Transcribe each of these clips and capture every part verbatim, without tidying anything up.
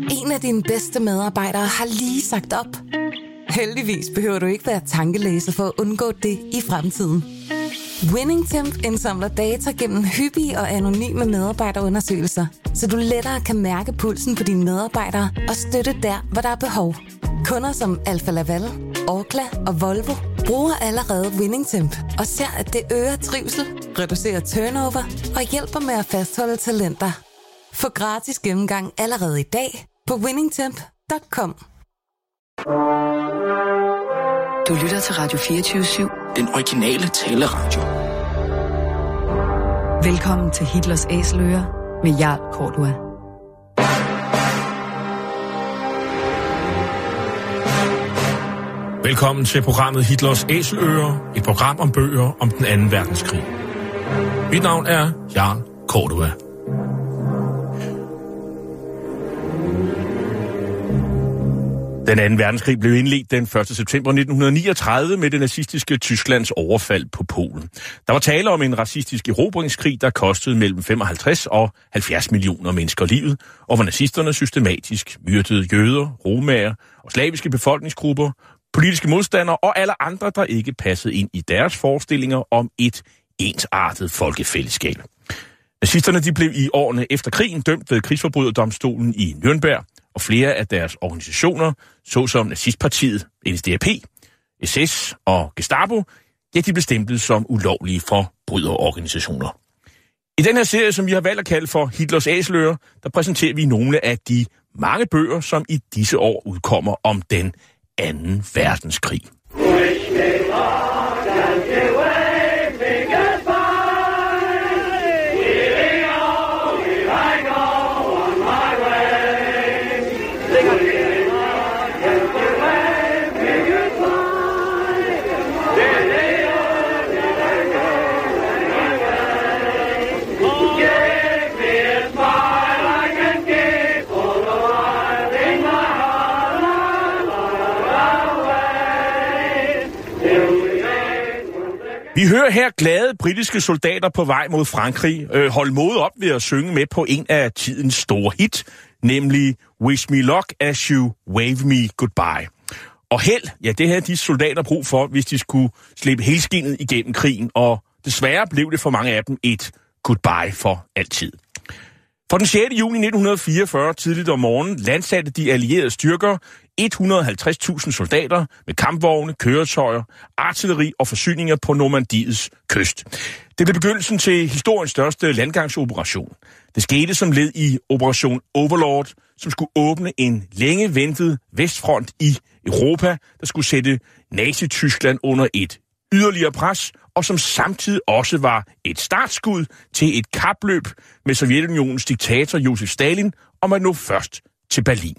En af dine bedste medarbejdere har lige sagt op. Heldigvis behøver du ikke være tankelæser for at undgå det i fremtiden. WinningTemp indsamler data gennem hyppige og anonyme medarbejderundersøgelser, så du lettere kan mærke pulsen på dine medarbejdere og støtte der, hvor der er behov. Kunder som Alfa Laval, Orkla og Volvo bruger allerede WinningTemp og ser, at det øger trivsel, reducerer turnover og hjælper med at fastholde talenter. Få gratis gennemgang allerede i dag på winningtemp punktum com. Du lytter til Radio fireogtyve syv. Den originale taleradio. Velkommen til Hitlers Æseløer med Jarl Cordua. Velkommen til programmet Hitlers Æseløer, et program om bøger om den anden verdenskrig. Mit navn er Jarl Cordua. Den anden verdenskrig blev indledt den første september nitten niogtredive med det nazistiske Tysklands overfald på Polen. Der var tale om en racistisk erobringskrig, der kostede mellem femoghalvtreds og halvfjerds millioner mennesker livet, og hvor nazisterne systematisk myrdede jøder, romaer og slaviske befolkningsgrupper, politiske modstandere og alle andre, der ikke passede ind i deres forestillinger om et ensartet folkefællesskab. Nazisterne de blev i årene efter krigen dømt ved krigsforbryderdomstolen i Nürnberg, og flere af deres organisationer, såsom nazistpartiet N S D A P, S S og Gestapo, ja, de blev stemplet som ulovlige forbryderorganisationer. I den her serie, som vi har valgt at kalde for Hitlers Æseløer, der præsenterer vi nogle af de mange bøger, som i disse år udkommer om den anden verdenskrig. Vi hører her glade britiske soldater på vej mod Frankrig øh, holde mod op ved at synge med på en af tidens store hit, nemlig Wish Me Luck as You Wave Me Goodbye. Og held, ja, det havde de soldater brug for, hvis de skulle slippe helskindet igennem krigen, og desværre blev det for mange af dem et goodbye for altid. For den sjette juni nitten fireogfyrre, tidligt om morgenen, landsatte de allierede styrker et hundrede og halvtreds tusind soldater med kampvogne, køretøjer, artilleri og forsyninger på Normandiets kyst. Det blev begyndelsen til historiens største landgangsoperation. Det skete som led i Operation Overlord, som skulle åbne en længe ventet vestfront i Europa, der skulle sætte Nazi-Tyskland under et yderligere pres, og som samtidig også var et startskud til et kapløb med Sovjetunionens diktator Josef Stalin om at nå først til Berlin.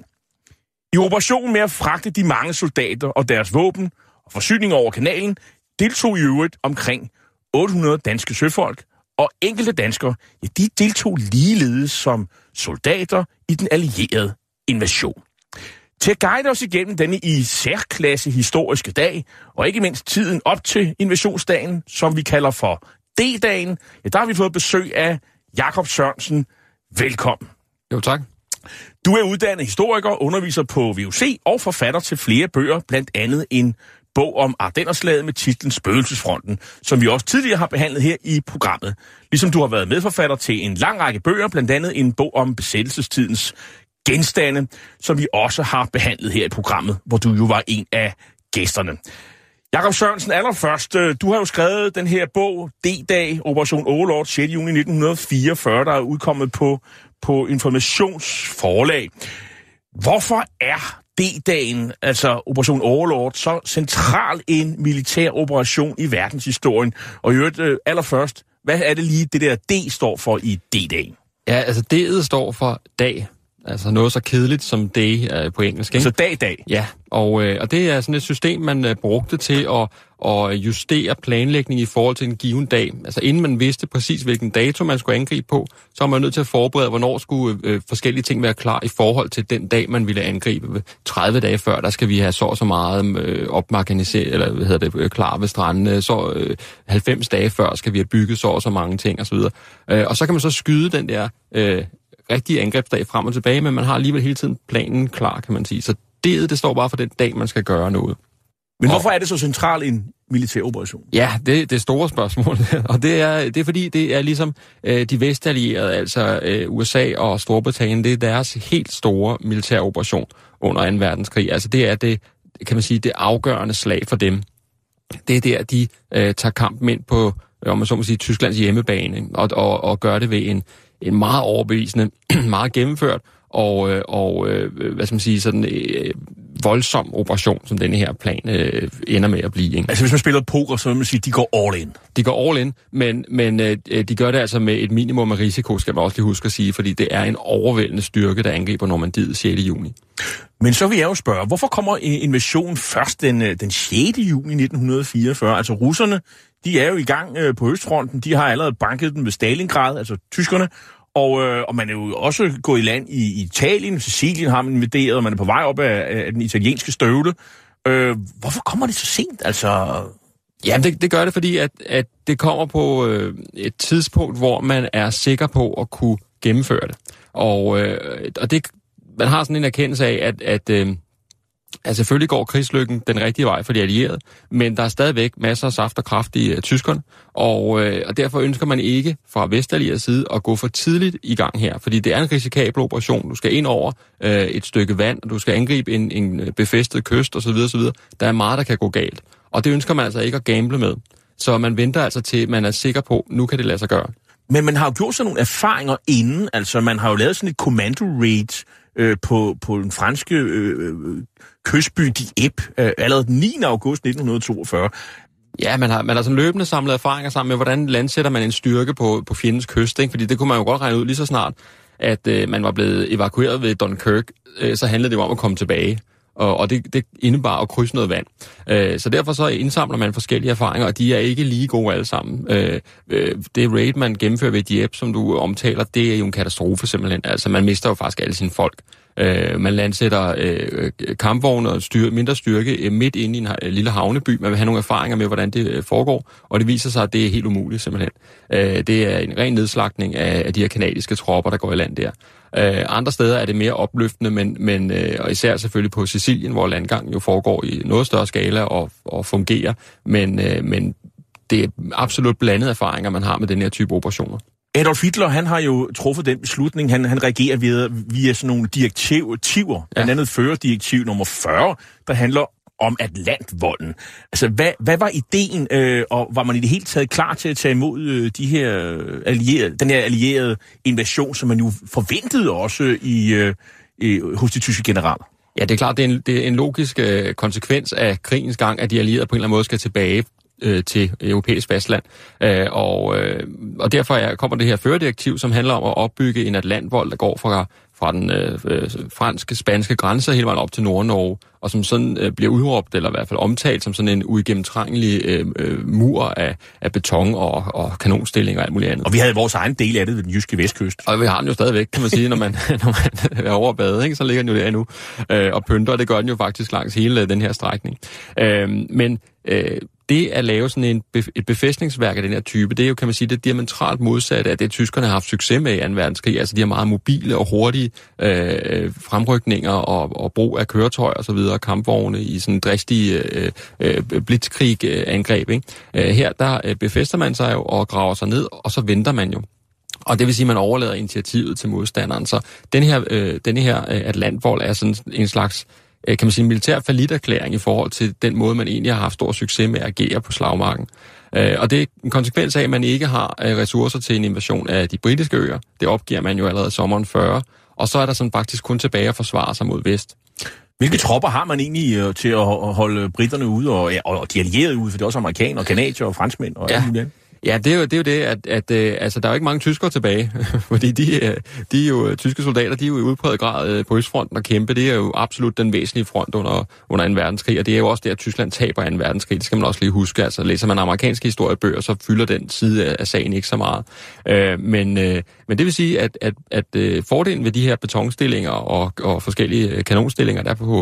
I operationen med at fragte de mange soldater og deres våben og forsyninger over kanalen, deltog i øvrigt omkring otte hundrede danske søfolk, og enkelte danskere, ja, de deltog ligeledes som soldater i den allierede invasion. Til at guide os igennem denne i særklasse historiske dag, og ikke mindst tiden op til invasionsdagen, som vi kalder for D-dagen, ja, der har vi fået besøg af Jakob Sørensen. Velkommen. Jo, tak. Du er uddannet historiker, underviser på V U C og forfatter til flere bøger, blandt andet en bog om Ardennerslaget med titlen Spøgelsesfronten, som vi også tidligere har behandlet her i programmet. Ligesom du har været medforfatter til en lang række bøger, blandt andet en bog om besættelsestidens genstande, som vi også har behandlet her i programmet, hvor du jo var en af gæsterne. Jakob Sørensen, allerførst, du har jo skrevet den her bog, D-dag, Operation Overlord, sjette juni nitten fireogfyrre, der er udkommet på, på Informationsforlag. Hvorfor er D-dagen, altså Operation Overlord, så central en militær operation i verdenshistorien? Og i øvrigt, allerførst, hvad er det lige, det der D står for i D-dagen? Ja, altså D'et står for dag. Altså noget så kedeligt som day øh, på engelsk, ikke? Så dag-dag? Ja, og, øh, og det er sådan et system, man øh, brugte til at, at justere planlægning i forhold til en given dag. Altså inden man vidste præcis, hvilken dato man skulle angribe på, så var man nødt til at forberede, hvornår skulle øh, forskellige ting være klar i forhold til den dag, man ville angribe. tredive dage før, der skal vi have så og så meget øh, opmarkaniseret, eller hvad hedder det, øh, klar ved stranden. Så øh, halvfems dage før skal vi have bygget så og så mange ting osv. Øh, og så kan man så skyde den der... Øh, rigtige angrebsdag frem og tilbage, men man har alligevel hele tiden planen klar, kan man sige. Så det, det står bare for den dag, man skal gøre noget. Men hvorfor er det så central en militær operation? Ja, det, det er store spørgsmål, og det er, det er fordi, det er ligesom øh, de vestallierede, altså øh, U S A og Storbritannien, det er deres helt store militære operation under anden verdenskrig. Altså det er det, kan man sige, det afgørende slag for dem. Det er der, de øh, tager kampen ind på, om man så må sige, Tysklands hjemmebane, og, og, og gør det ved en, en meget overbevisende, meget gennemført, og, og hvad skal man sige, sådan øh, voldsom operation, som denne her plan øh, ender med at blive. Ikke? Altså hvis man spiller poker, så vil man sige, at de går all in. De går all in, men, men øh, de gør det altså med et minimum af risiko, skal man også lige huske at sige, fordi det er en overvældende styrke, der angriber Normandiet sjette juni. Men så vil jeg jo spørge, hvorfor kommer invasionen først den, den sjette juni nitten fireogfyrre? Altså russerne, de er jo i gang øh, på Østfronten, de har allerede banket den ved Stalingrad, altså tyskerne, Og, øh, og man er jo også gået i land i, i Italien, Sicilien har man invaderet, og man er på vej op af, af den italienske støvle. Øh, hvorfor kommer det så sent? Altså... Jamen, det, det gør det, fordi at, at det kommer på øh, et tidspunkt, hvor man er sikker på at kunne gennemføre det. Og, øh, og det, man har sådan en erkendelse af, at, at, øh, at selvfølgelig går krigslykken den rigtige vej for de allierede, men der er stadigvæk masser af saft og kraft i uh, tyskerne, og, øh, og derfor ønsker man ikke fra Vestallierets side at gå for tidligt i gang her, fordi det er en risikabel operation. Du skal ind over øh, et stykke vand, og du skal angribe en, en befæstet kyst osv. osv. Der er meget, der kan gå galt, og det ønsker man altså ikke at gamble med. Så man venter altså til, man er sikker på, nu kan det lade sig gøre. Men man har jo gjort sådan nogle erfaringer inden, altså man har jo lavet sådan et commando raid øh, på, på den franske øh, kystby Dieppe øh, allerede den niende august nitten toogfyrre. Ja, man har, man har sådan løbende samlet erfaringer sammen med, hvordan landsætter man en styrke på, på fjendens kyst, ikke? Fordi det kunne man jo godt regne ud lige så snart, at øh, man var blevet evakueret ved Dunkirk, øh, så handlede det jo om at komme tilbage. Og, og det, det indebar at krydse noget vand. Øh, så derfor så indsamler man forskellige erfaringer, og de er ikke lige gode alle sammen. Øh, øh, det raid, man gennemfører ved Dieppe, som du omtaler, det er jo en katastrofe simpelthen. Altså, man mister jo faktisk alle sine folk. Øh, man landsætter øh, kampvogne og styr, mindre styrke øh, midt inde i en øh, lille havneby. Man vil have nogle erfaringer med, hvordan det øh, foregår, og det viser sig, at det er helt umuligt simpelthen. Øh, det er en ren nedslagtning af, af de her kanadiske tropper, der går i land der. Øh, andre steder er det mere opløftende, men, men øh, og især selvfølgelig på Sicilien, hvor landgangen jo foregår i noget større skala og, og fungerer, men, øh, men det er absolut blandede erfaringer, man har med den her type operationer. Adolf Hitler, han har jo truffet den beslutning, han, han reagerer via, via sådan nogle direktiver, ja. Blandt andet førerdirektiv nummer fyrre, der handler om Atlantvolden. Altså, hvad, hvad var ideen, øh, og var man i det hele taget klar til at tage imod øh, de her allierede, den her allierede invasion, som man jo forventede også i, øh, i, hos de tyske generaler? Ja, det er klart, det er en, det er en logisk øh, konsekvens af krigens gang, at de allierede på en eller anden måde skal tilbage øh, til europæisk fastland. Øh, og, øh, og derfor er, kommer det her førerdirektiv, som handler om at opbygge en Atlantvold, der går fra fra den øh, franske, spanske grænse hele vejen op til Nord-Norge, og som sådan øh, bliver udråbt, eller i hvert fald omtalt, som sådan en uigennemtrængelig øh, øh, mur af, af beton og, og kanonstilling og alt muligt andet. Og vi havde vores egen del af det ved den jyske vestkyst. Og vi har den jo stadigvæk, kan man sige, når man, når man er over bade, ikke? Så ligger den jo der endnu øh, og pynter, og det gør den jo faktisk langs hele øh, den her strækning. Øh, men øh, det at lave sådan en bef- et befæstningsværk af den her type, det er jo, kan man sige, det er diametralt modsatte af det, tyskerne har haft succes med i anden verdenskrig. Altså de har meget mobile og hurtige øh, fremrykninger og, og brug af køretøjer og så videre, kampvogne i sådan dristige øh, øh, blitzkrig-angreb. Ikke? Øh, her der øh, befæster man sig jo og graver sig ned, og så venter man jo. Og det vil sige, at man overlader initiativet til modstanderen. Så den her, øh, denne her øh, Atlantvold er sådan en slags, kan man sige, en militær falliterklæring i forhold til den måde, man egentlig har haft stor succes med at agere på slagmarken. Og det er en konsekvens af, at man ikke har ressourcer til en invasion af de britiske øer. Det opgiver man jo allerede sommeren fyrre, og så er der sådan faktisk kun tilbage at forsvare sig mod vest. Hvilke tropper har man egentlig til at holde britterne ude, og, ja, og de allierede ude, for det er også amerikanere, og kanadier og franskmænd og ja. alt muligt? Ja, det er jo det, er jo det at, at, at altså, der er jo ikke mange tyskere tilbage, fordi de, de er jo, tyske soldater, de er jo i udpræget grad på Østfronten og kæmpe. Det er jo absolut den væsentlige front under, under anden verdenskrig, og det er jo også det, at Tyskland taber anden verdenskrig. Det skal man også lige huske. Altså, læser man amerikanske historiebøger, så fylder den side af sagen ikke så meget. Øh, men, øh, men det vil sige, at, at, at fordelen ved de her betonstillinger og, og forskellige kanonstillinger, der på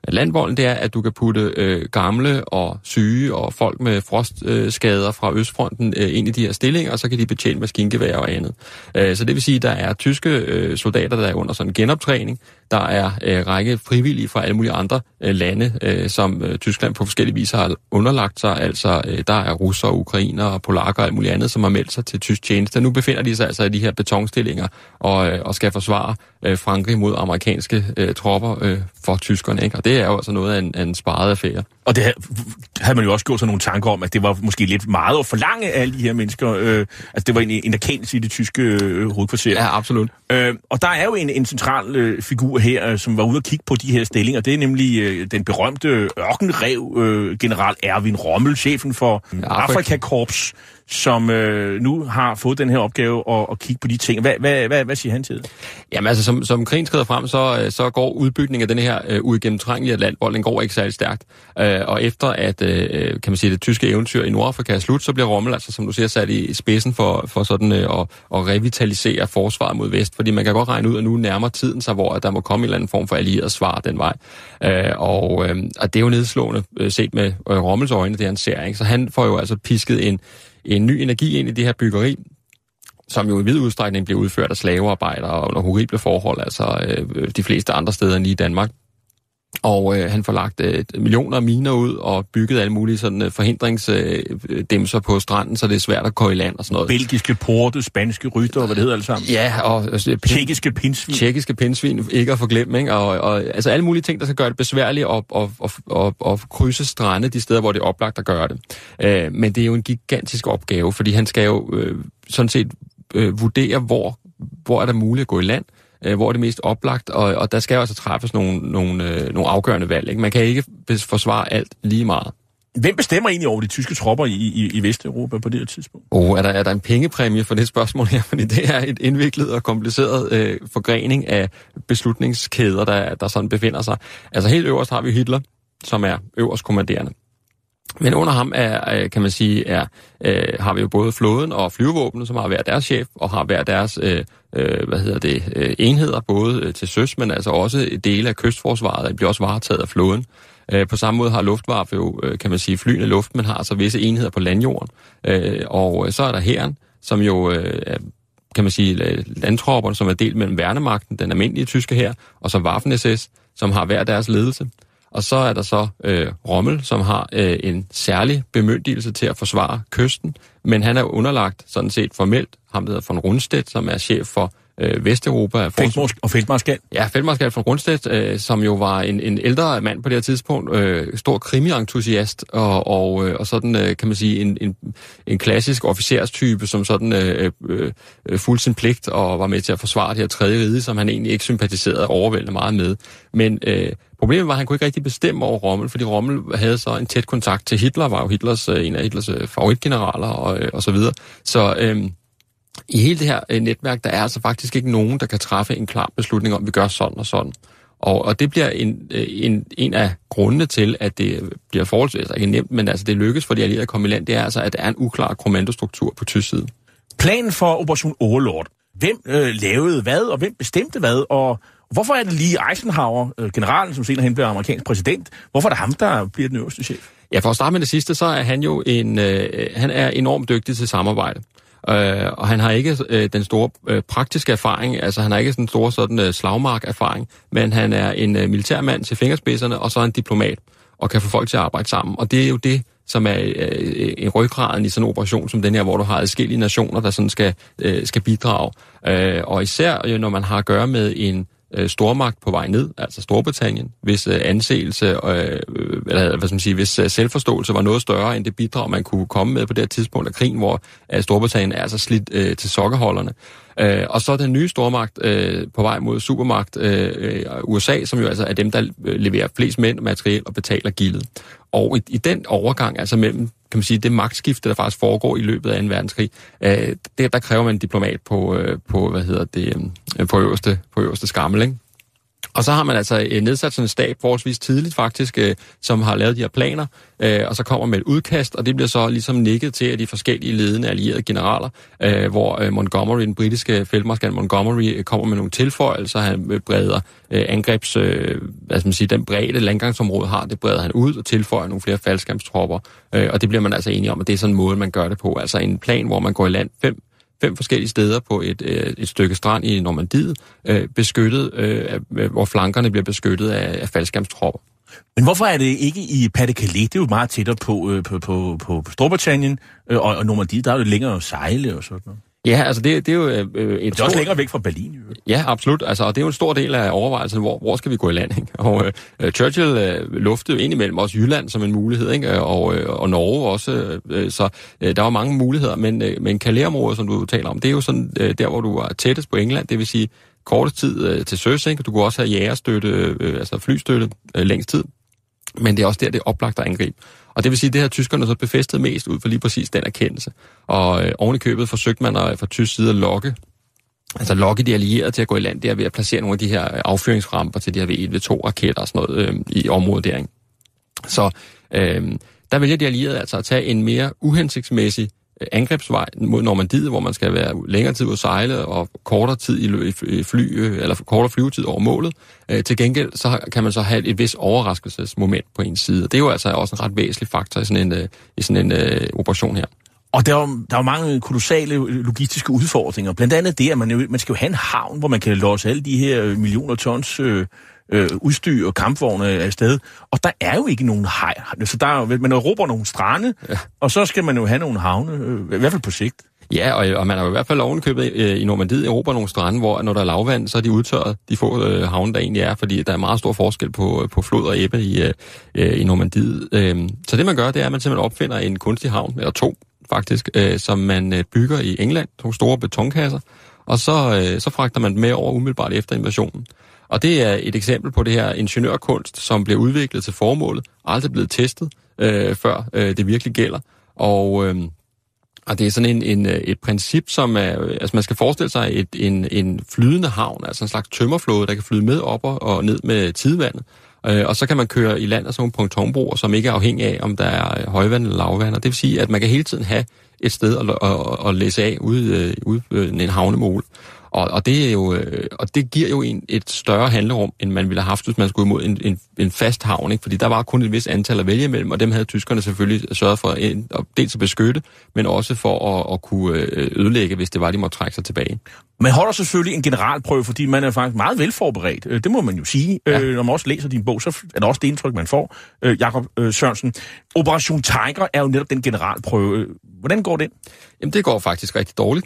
landvolden, det er, at du kan putte øh, gamle og syge og folk med frostskader øh, fra Østfronten øh, ind i de her stillinger, og så kan de betjene maskingevær og andet. Øh, så det vil sige, at der er tyske øh, soldater, der er under sådan en genoptræning. Der er øh, række frivillige fra alle mulige andre øh, lande, øh, som øh, Tyskland på forskellige vis har underlagt sig. Altså, øh, der er russere, ukrainere, polakker og alt muligt andet, som har meldt sig til tysk tjeneste. Nu befinder de sig altså i de her betonstillinger og, øh, og skal forsvare øh, Frankrig mod amerikanske øh, tropper øh, for tyskerne, ikke? Og det er jo altså noget af en, af en sparet affære. Og det havde man jo også gjort sig nogle tanker om, at det var måske lidt meget at forlange af alle de her mennesker. Øh, altså, det var en, en erkendelse i det tyske øh, hovedkvarter. Ja, absolut. Øh, og der er jo en, en central øh, figur her, øh, som var ude at kigge på de her stillinger. Det er nemlig øh, den berømte ørkenrev, øh, general Erwin Rommel, chefen for ja, Afrikakorps, som øh, nu har fået den her opgave at, at kigge på de ting. Hvad, hvad, hvad, hvad siger han til det? Jamen altså, som, som krigen skrider frem, så, så går udbygningen af den her øh, uigennemtrængelige Atlantvold, den går ikke særlig stærkt. Øh, og efter at, øh, kan man sige, det tyske eventyr i Nordafrika er slut, så bliver Rommel, altså som du siger, sat i spidsen for, for sådan øh, at, at revitalisere forsvaret mod vest. Fordi man kan godt regne ud, at nu nærmer tiden sig, hvor der må komme en eller anden form for allieret svar den vej. Øh, og, øh, og det er jo nedslående øh, set med øh, Rommels øjne, det han ser, ikke? Så han får jo altså pisket en en ny energi ind i det her byggeri, som jo i vid udstrækning bliver udført af slavearbejdere under horrible forhold, altså øh, de fleste andre steder end i Danmark. Og øh, han får lagt øh, millioner af miner ud og bygget alle mulige sådan øh, forhindringsdæmser øh, på stranden, så det er svært at gå i land og sådan noget. Belgiske porte, spanske rytter, hvad det hedder alle sammen. Ja, og øh, pin- tjekkiske pindsvin. Tjekkiske pindsvin, ikke at forglemme, ikke? Og, og altså alle mulige ting, der skal gøre det besværligt at, at, at, at, at krydse strande de steder, hvor det er oplagt at gøre det. Øh, men det er jo en gigantisk opgave, fordi han skal jo øh, sådan set øh, vurdere, hvor, hvor er der muligt at gå i land, hvor er det mest oplagt, og, og der skal jo altså træffes nogle, nogle, øh, nogle afgørende valg. Ikke? Man kan ikke forsvare alt lige meget. Hvem bestemmer egentlig over de tyske tropper i, i, i Vesteuropa på det her tidspunkt? Oh, er, der, er der en pengepræmie for det spørgsmål her? Fordi det er et indviklet og kompliceret øh, forgrening af beslutningskæder, der, der sådan befinder sig. Altså helt øverst har vi Hitler, som er øverst kommanderende. Men under ham er, kan man sige, er, øh, har vi jo både flåden og flyvevåbnet, som har hver deres chef, og har hver deres øh, øh, hvad hedder det, øh, enheder, både øh, til søs, men altså også dele af kystforsvaret, der bliver også varetaget af flåden. Øh, på samme måde har Luftwaffe jo, øh, kan man sige, flyende luft, men har altså visse enheder på landjorden. Øh, og så er der hæren, som jo øh, er, kan man sige, landtropperne, som er delt mellem værnemagten, den almindelige tyske hær, og så Waffen-S S, som har hver deres ledelse. Og så er der så øh, Rommel, som har øh, en særlig bemyndigelse til at forsvare kysten, men han er underlagt sådan set formelt ham, der hedder von Rundstedt, som er chef for øh, Vesteuropa. Feltmarsk- og feltmarskal. Ja, feltmarskal von Rundstedt, øh, som jo var en, en ældre mand på det her tidspunkt, øh, stor krimi-entusiast, og, og, øh, og sådan, øh, kan man sige, en, en, en klassisk officerstype, som sådan øh, øh, fulgte sin pligt og var med til at forsvare det her tredje rige, som han egentlig ikke sympatiserede overvældende meget med. Men øh, problemet var, at han kunne ikke rigtig bestemme over Rommel, fordi Rommel havde så en tæt kontakt til Hitler, var jo Hitlers, en af Hitlers favoritgeneraler og, og så videre. Så øhm, i hele det her øh, netværk, der er altså faktisk ikke nogen, der kan træffe en klar beslutning om, at vi gør sådan og sådan. Og, og det bliver en, en, en af grundene til, at det bliver forholdsvis, altså ikke nemt, men altså det lykkes for de allierede at komme i land, det er altså, at der er en uklar kommandostruktur på tysk side. Planen for Operation Overlord. Hvem øh, lavede hvad, og hvem bestemte hvad, og hvorfor er det lige Eisenhower, øh, generalen, som senere hen bliver amerikansk præsident, hvorfor er det ham, der bliver den øverste chef? Ja, for at starte med det sidste, så er han jo en, øh, han er enormt dygtig til samarbejde. Øh, og han har ikke øh, den store øh, praktiske erfaring, altså han har ikke sådan en stor sådan øh, slagmark-erfaring, men han er en øh, militærmand til fingerspidserne, og så en diplomat, og kan få folk til at arbejde sammen. Og det er jo det, som er øh, en ryggraden i sådan en operation som den her, hvor du har adskillige nationer, der sådan skal, øh, skal bidrage. Øh, og især øh, når man har at gøre med en øh, stormagt på vej ned, altså Storbritannien, hvis øh, anseelse, øh, eller hvad skal man sige, hvis øh, selvforståelse var noget større end det bidrag, man kunne komme med på det her tidspunkt af krigen, hvor øh, Storbritannien er altså slidt øh, til sokkeholderne. Øh, og så den nye stormagt øh, på vej mod supermagt øh, U S A, som jo altså er dem, der leverer flest mænd, materiel og betaler gildet. Og i, i den overgang, altså mellem, kan man sige, det magtskifte, der faktisk foregår i løbet af anden verdenskrig, øh, det, der kræver man en diplomat på, øh, på hvad hedder det, øh, på øverste, på øverste skammel, ikke? Og så har man altså nedsat sådan en stab forholdsvis tidligt faktisk, øh, som har lavet de her planer, øh, og så kommer med et udkast, og det bliver så ligesom nikket til af de forskellige ledende allierede generaler, øh, hvor øh, Montgomery, den britiske feltmarskal Montgomery, øh, kommer med nogle tilføjelser. Han breder øh, angrebs, øh, hvad skal man sige, den brede landgangsområde har, det breder han ud og tilføjer nogle flere faldskærmstropper, øh, og det bliver man altså enige om, at det er sådan en måde, man gør det på. Altså en plan, hvor man går i land fem fem forskellige steder på et, øh, et stykke strand i Normandiet, øh, beskyttet, øh, hvor flankerne bliver beskyttet af, af faldskærmstropper. Men hvorfor er det ikke i Pas-de-Calais? Det er jo meget tættere på, øh, på, på, på Storbritannien, øh, og, og Normandiet, der er jo længere at sejle og sådan noget. Ja, altså det, det er jo øh, et det er stort... også længere væk fra Berlin. Jo. Ja, absolut. Altså, og det er jo en stor del af overvejelsen, hvor, hvor skal vi gå i land, ikke? Og øh, Churchill øh, luftede jo indimellem også Jylland som en mulighed, ikke? Og, øh, og Norge også. Øh, så øh, der var mange muligheder, men, øh, men Calais-området, som du taler om, det er jo sådan øh, der, hvor du er tættest på England, det vil sige kortest tid øh, til søs, ikke? Du kunne også have jægerstøtte, øh, altså flystøtte øh, længst tid, men det er også der, det er oplagt at angribe. Og det vil sige, at det her tyskerne så befæstede mest ud for lige præcis den erkendelse. Og øh, oven i købet forsøgte man at, fra tysk side at lokke, altså lokke de allierede til at gå i land der ved at placere nogle af de her afføringsramper til de her V et V to raketter og sådan noget øh, i området der. Så øh, der vælger de allierede altså at tage en mere uhensigtsmæssig angrebsvej mod Normandiet, hvor man skal være længere tid ud at sejle og kortere tid i fly, eller kortere flyvetid over målet. Øh, til gengæld så kan man så have et vis overraskelsesmoment på en side. Det er jo altså også en ret væsentlig faktor i sådan en, i sådan en uh, operation her. Og der er, jo, der er jo mange kolossale logistiske udfordringer. Blandt andet det, at man, jo, man skal jo have en havn, hvor man kan låse alle de her millioner tons øh, øh, udstyr og kampvogne afsted. Og der er jo ikke nogen hej. Så der er jo, man råber nogle strande, ja. Og så skal man jo have nogle havne, øh, i hvert fald på sigt. Ja, og, og man har jo i hvert fald ovenkøbet øh, i Normandiet i Europa nogle strande, hvor når der er lavvand, så er de udtørret, de få øh, havne, der egentlig er, fordi der er meget stor forskel på, på flod og ebbe i, øh, i Normandiet. Øh, så det man gør, det er, at man simpelthen opfinder en kunstig havn, eller to faktisk, øh, som man øh, bygger i England, nogle store betonkasser, og så, øh, så fragter man med over umiddelbart efter invasionen. Og det er et eksempel på det her ingeniørkunst, som bliver udviklet til formålet, aldrig blevet testet, øh, før øh, det virkelig gælder. Og, øh, og det er sådan en, en, et princip, som er, altså man skal forestille sig et, en, en flydende havn, altså en slags tømmerflåde, der kan flyde med op og ned med tidevandet. Øh, og så kan man køre i land af sådan nogle pontonbroer, som ikke er afhængige af, om der er højvand eller lavvand. Og det vil sige, at man kan hele tiden have et sted at, at, at læse af ude, ude i en havnemole. Og, og, det er jo, og det giver jo en, et større handlerum, end man ville have haft, hvis man skulle imod en, en, en fast havn. Ikke? Fordi der var kun et vis antal at vælge imellem, og dem havde tyskerne selvfølgelig sørget for en, at dels at beskytte, men også for at, at kunne ødelægge, hvis det var, de måtte trække sig tilbage. Man holder selvfølgelig en generalprøve, fordi man er faktisk meget velforberedt. Det må man jo sige. Ja. Når man også læser din bog, så er det også det indtryk, man får. Jakob Sørensen, Operation Tiger er jo netop den generalprøve. Hvordan går det? Jamen, det går faktisk rigtig dårligt,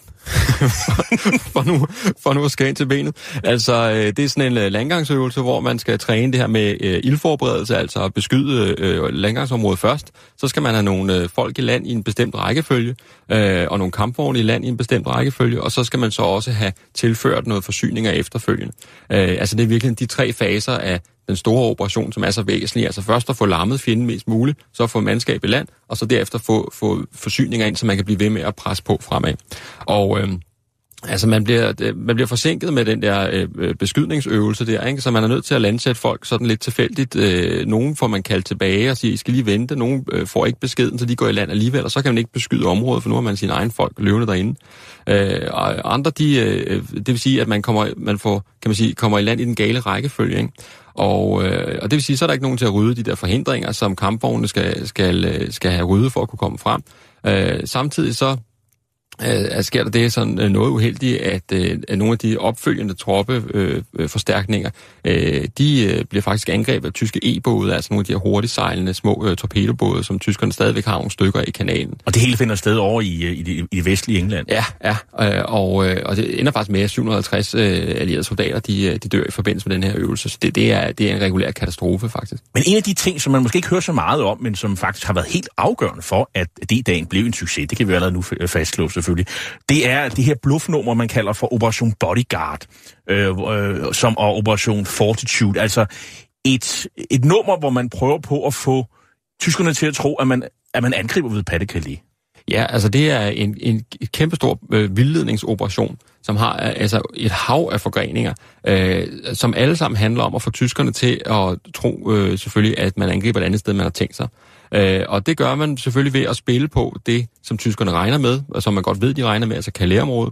for, nu, for nu at skære ind til benet. Altså, det er sådan en landgangsøvelse, hvor man skal træne det her med øh, ildforberedelse, altså at beskyde øh, landgangsområdet først. Så skal man have nogle øh, folk i land i en bestemt rækkefølge, øh, og nogle kampvogne i land i en bestemt rækkefølge, og så skal man så også have tilført noget forsyninger efterfølgende. Øh, altså, det er virkelig de tre faser af den store operation, som er så væsentlig. Altså først at få lammet fjenden mest muligt, så få mandskab i land, og så derefter få, få forsyninger ind, så man kan blive ved med at presse på fremad. Og øh, altså man bliver, man bliver forsinket med den der øh, beskydningsøvelse der, ikke? Så man er nødt til at landsætte folk sådan lidt tilfældigt. Øh, nogen får man kaldt tilbage og sige, I skal lige vente. Nogen øh, får ikke beskeden, så de går i land alligevel, og så kan man ikke beskyde området, for nu har man sine egne folk løvende derinde. Øh, og andre, de, øh, det vil sige, at man kommer, man får, kan man sige, kommer i land i den gale rækkefølge, ikke? Og, øh, og det vil sige, så er der ikke nogen til at rydde de der forhindringer, som kampvognene skal, skal, skal have ryddet for at kunne komme frem. Øh, samtidig så øh, sker der det sådan øh, noget uheldigt, at, øh, at nogle af de opfølgende troppeforstærkninger, øh, øh, de øh, bliver faktisk angrebet af tyske e-både, altså nogle af de her hurtigt sejlende små øh, torpedobåde, som tyskerne stadigvæk har nogle stykker i kanalen. Og det hele finder sted over i, i, det, i det vestlige England? Ja, ja øh, og, øh, og det ender faktisk med, at syv hundrede og halvtreds øh, allierede soldater, de, de dør i forbindelse med den her øvelse. Så det, det, er, det er en regulær katastrofe, faktisk. Men en af de ting, som man måske ikke hører så meget om, men som faktisk har været helt afgørende for, at D-dagen blev en succes, det kan vi allerede nu fastslå selvfølgelig, det er det her bluffnummer, man kalder for Operation Bodyguard, øh, øh, som og Operation Fortitude. Altså et, et nummer, hvor man prøver på at få tyskerne til at tro, at man, at man angriber ved Pas-de-Calais. Ja, altså det er en, en kæmpestor øh, vildledningsoperation, som har altså et hav af forgreninger, øh, som alle sammen handler om at få tyskerne til at tro øh, selvfølgelig, at man angriber et andet sted, man har tænkt sig. Øh, og det gør man selvfølgelig ved at spille på det, som tyskerne regner med, og som man godt ved, de regner med, altså Calais-området.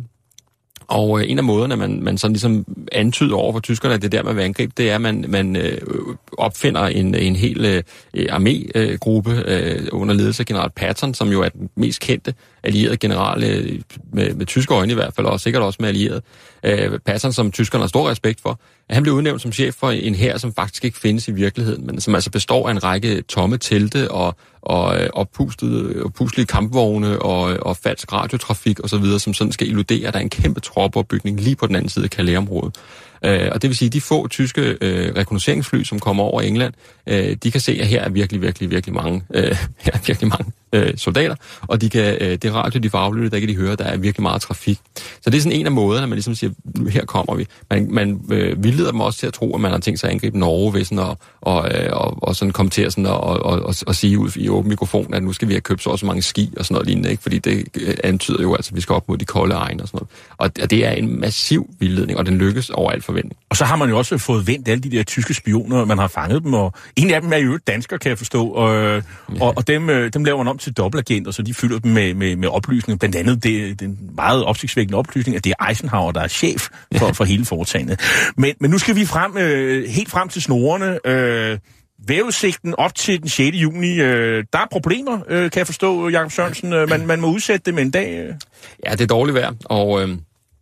Og øh, en af måderne, man, man sådan ligesom antyder over for tyskerne, at det der, man vil angribe, det er, at man, man øh, opfinder en, en hel øh, armégruppe øh, under ledelse af general Patton, som jo er den mest kendte allierede general, øh, med, med tyske øjne i hvert fald, og sikkert også med allierede. Øh, Patton, som tyskerne har stor respekt for, han blev udnævnt som chef for en hær, som faktisk ikke findes i virkeligheden, men som altså består af en række tomme telte og, og oppustede, oppustelige kampvogne og, og falsk radiotrafik osv., som sådan skal illudere, at der er en kæmpe troppeopbygning lige på den anden side af Calais-området. Øh, og det vil sige, at de få tyske øh, rekognosceringsfly, som kommer over England, øh, de kan se, at her er virkelig, virkelig, virkelig mange, øh, her er virkelig mange øh, soldater, og de kan, øh, det radio, de får aflyttet, der kan de høre, at der er virkelig meget trafik. Så det er sådan en af måderne, man ligesom siger, her kommer vi. Man, man øh, vildleder dem også til at tro, at man har tænkt sig at angribe Norge ved sådan at, og, øh, og, og sådan komme til at, sådan at, og, og, og, og sige ud i åben mikrofon, at nu skal vi have købt så også mange ski og sådan noget lignende, ikke? Fordi det øh, antyder jo altså, at vi skal op mod de kolde egne og sådan noget. Og, og det er en massiv vildledning, og den lykkes over alt forventning. Og så har man jo også fået vendt alle de der tyske spioner, man har fanget dem, og en af dem er jo dansker, kan jeg forstå, og, ja. og, og dem, dem laver man om til dobbeltagenter, så de fylder dem med, med, med oplysninger. Blandt andet det, den meget opsigtsvækkende oplysning, at det er Eisenhower, der er chef for, for hele foretagendet. Men, men nu skal vi frem, øh, helt frem til snorene. Øh, Vejrudsigten op til den sjette juni, øh, der er problemer, øh, kan jeg forstå, Jakob Sørensen. Øh, man, man må udsætte det med en dag. Øh. Ja, det er dårligt vejr, og... Øh...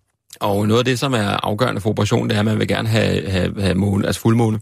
Og noget af det, som er afgørende for operationen, det er, at man vil gerne have, have, have måne, altså fuldmåne,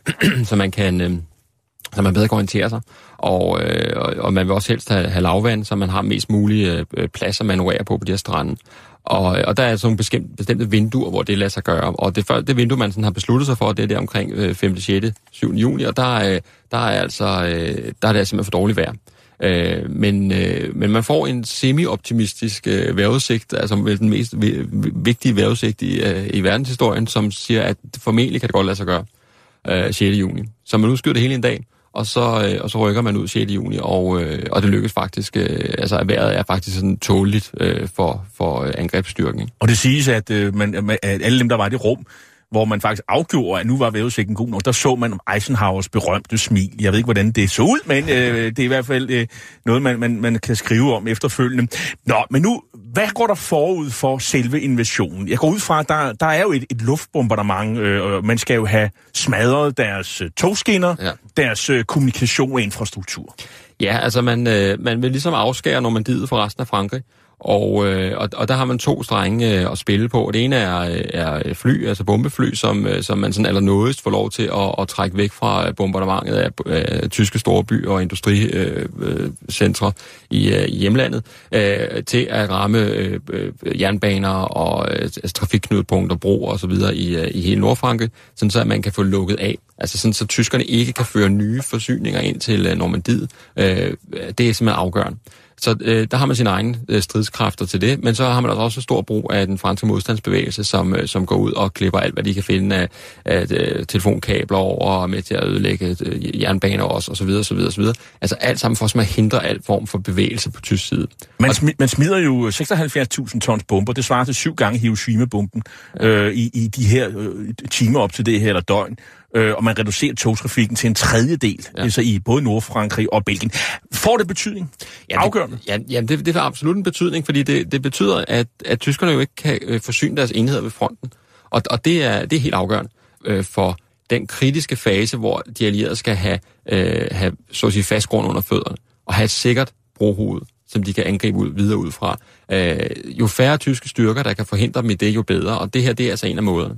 så man kan, øh, så man bedre kan orientere sig. Og, øh, og man vil også helst have, have lavvand, så man har mest mulige øh, plads at manøvrere på på de her strande. Og, og der er sådan nogle bestemte vinduer, hvor det lader sig gøre. Og det, det vindue, man sådan har besluttet sig for, det er der omkring øh, femte, sjette, syvende juni, og der, øh, der er altså øh, der er det simpelthen for dårligt vejr. Øh, men, øh, men man får en semi-optimistisk øh, vejrudsigt, altså den mest v- vigtige vejrudsigt i, øh, i verdenshistorien, som siger, at formentlig kan det godt lade sig gøre øh, sjette juni. Så man udskyder det hele en dag, og så, øh, og så rykker man ud sjette juni, og, øh, og det lykkes faktisk, øh, altså at vejret er faktisk sådan tåleligt øh, for, for øh, angrebsstyrken. Og det siges, at, øh, man, at alle dem, der var i det rum, hvor man faktisk afgjorde, at nu var vejrudsigten god nok, der så man Eisenhowers berømte smil. Jeg ved ikke, hvordan det så ud, men øh, det er i hvert fald øh, noget, man, man, man kan skrive om efterfølgende. Nå, men nu, hvad går der forud for selve invasionen? Jeg går ud fra, at der, der er jo et, et luftbombardement, øh, og man skal jo have smadret deres øh, togskinner, ja. deres øh, kommunikation og infrastruktur. Ja, altså man, øh, man vil ligesom afskære Normandiet fra resten af Frankrig. Og, øh, og, og der har man to strenge øh, at spille på. Det ene er, er fly, altså bombefly, som, øh, som man sådan allernådigst får lov til at, at trække væk fra bombardementet af, af tyske storbyer og industricentre øh, i, øh, i hjemlandet, øh, til at ramme øh, jernbaner og øh, altså, trafikknudepunkter, broer og så videre i, øh, i hele Nordfrankrig, sådan så at man kan få lukket af. Altså sådan så tyskerne ikke kan føre nye forsyninger ind til øh, Normandiet. Øh, det er simpelthen afgørende. Så øh, der har man sine egne øh, stridskræfter til det, men så har man også stor brug af den franske modstandsbevægelse, som, øh, som går ud og klipper alt, hvad de kan finde af, af øh, telefonkabler over og med til at ødelægge øh, jernbaner også, og så videre, så videre, så videre. Altså alt sammen for at hindre alt form for bevægelse på tysk side. Man, smi- man smider jo seksoghalvfjerds tusind tons bomber, det svarer til syv gange Hiroshima-bomben ja. øh, i, i de her øh, timer op til det her eller døgn. Øh, og man reducerer togtrafikken til en tredjedel, ja. altså i både Nordfrankrig og Belgien. Får det betydning? Ja, Afgørende? Det, ja, ja det, det har absolut en betydning, fordi det, det betyder, at, at tyskerne jo ikke kan øh, forsyne deres enheder ved fronten. Og, og det, er, det er helt afgørende øh, for den kritiske fase, hvor de allierede skal have, øh, have så at sige, fast grund under fødderne, og have et sikkert brohoved, som de kan angribe ud, videre ud fra. Øh, jo færre tyske styrker, der kan forhindre dem i det, jo bedre, og det her, det er altså en af måderne.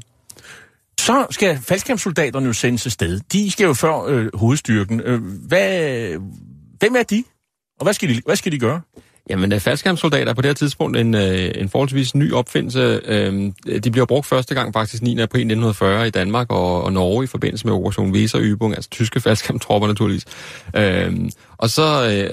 Så skal faldskærmssoldaterne jo sendes afsted. De skal jo før øh, hovedstyrken. Øh, hvad, hvem er de? Og hvad skal de, hvad skal de gøre? Jamen, faldskærmssoldater er på det her tidspunkt en, en forholdsvis ny opfindelse. De bliver brugt første gang faktisk niende april nitten fyrre i Danmark og, og Norge i forbindelse med Operation Weserübung, altså tyske faldskærmstropper naturligvis. Og så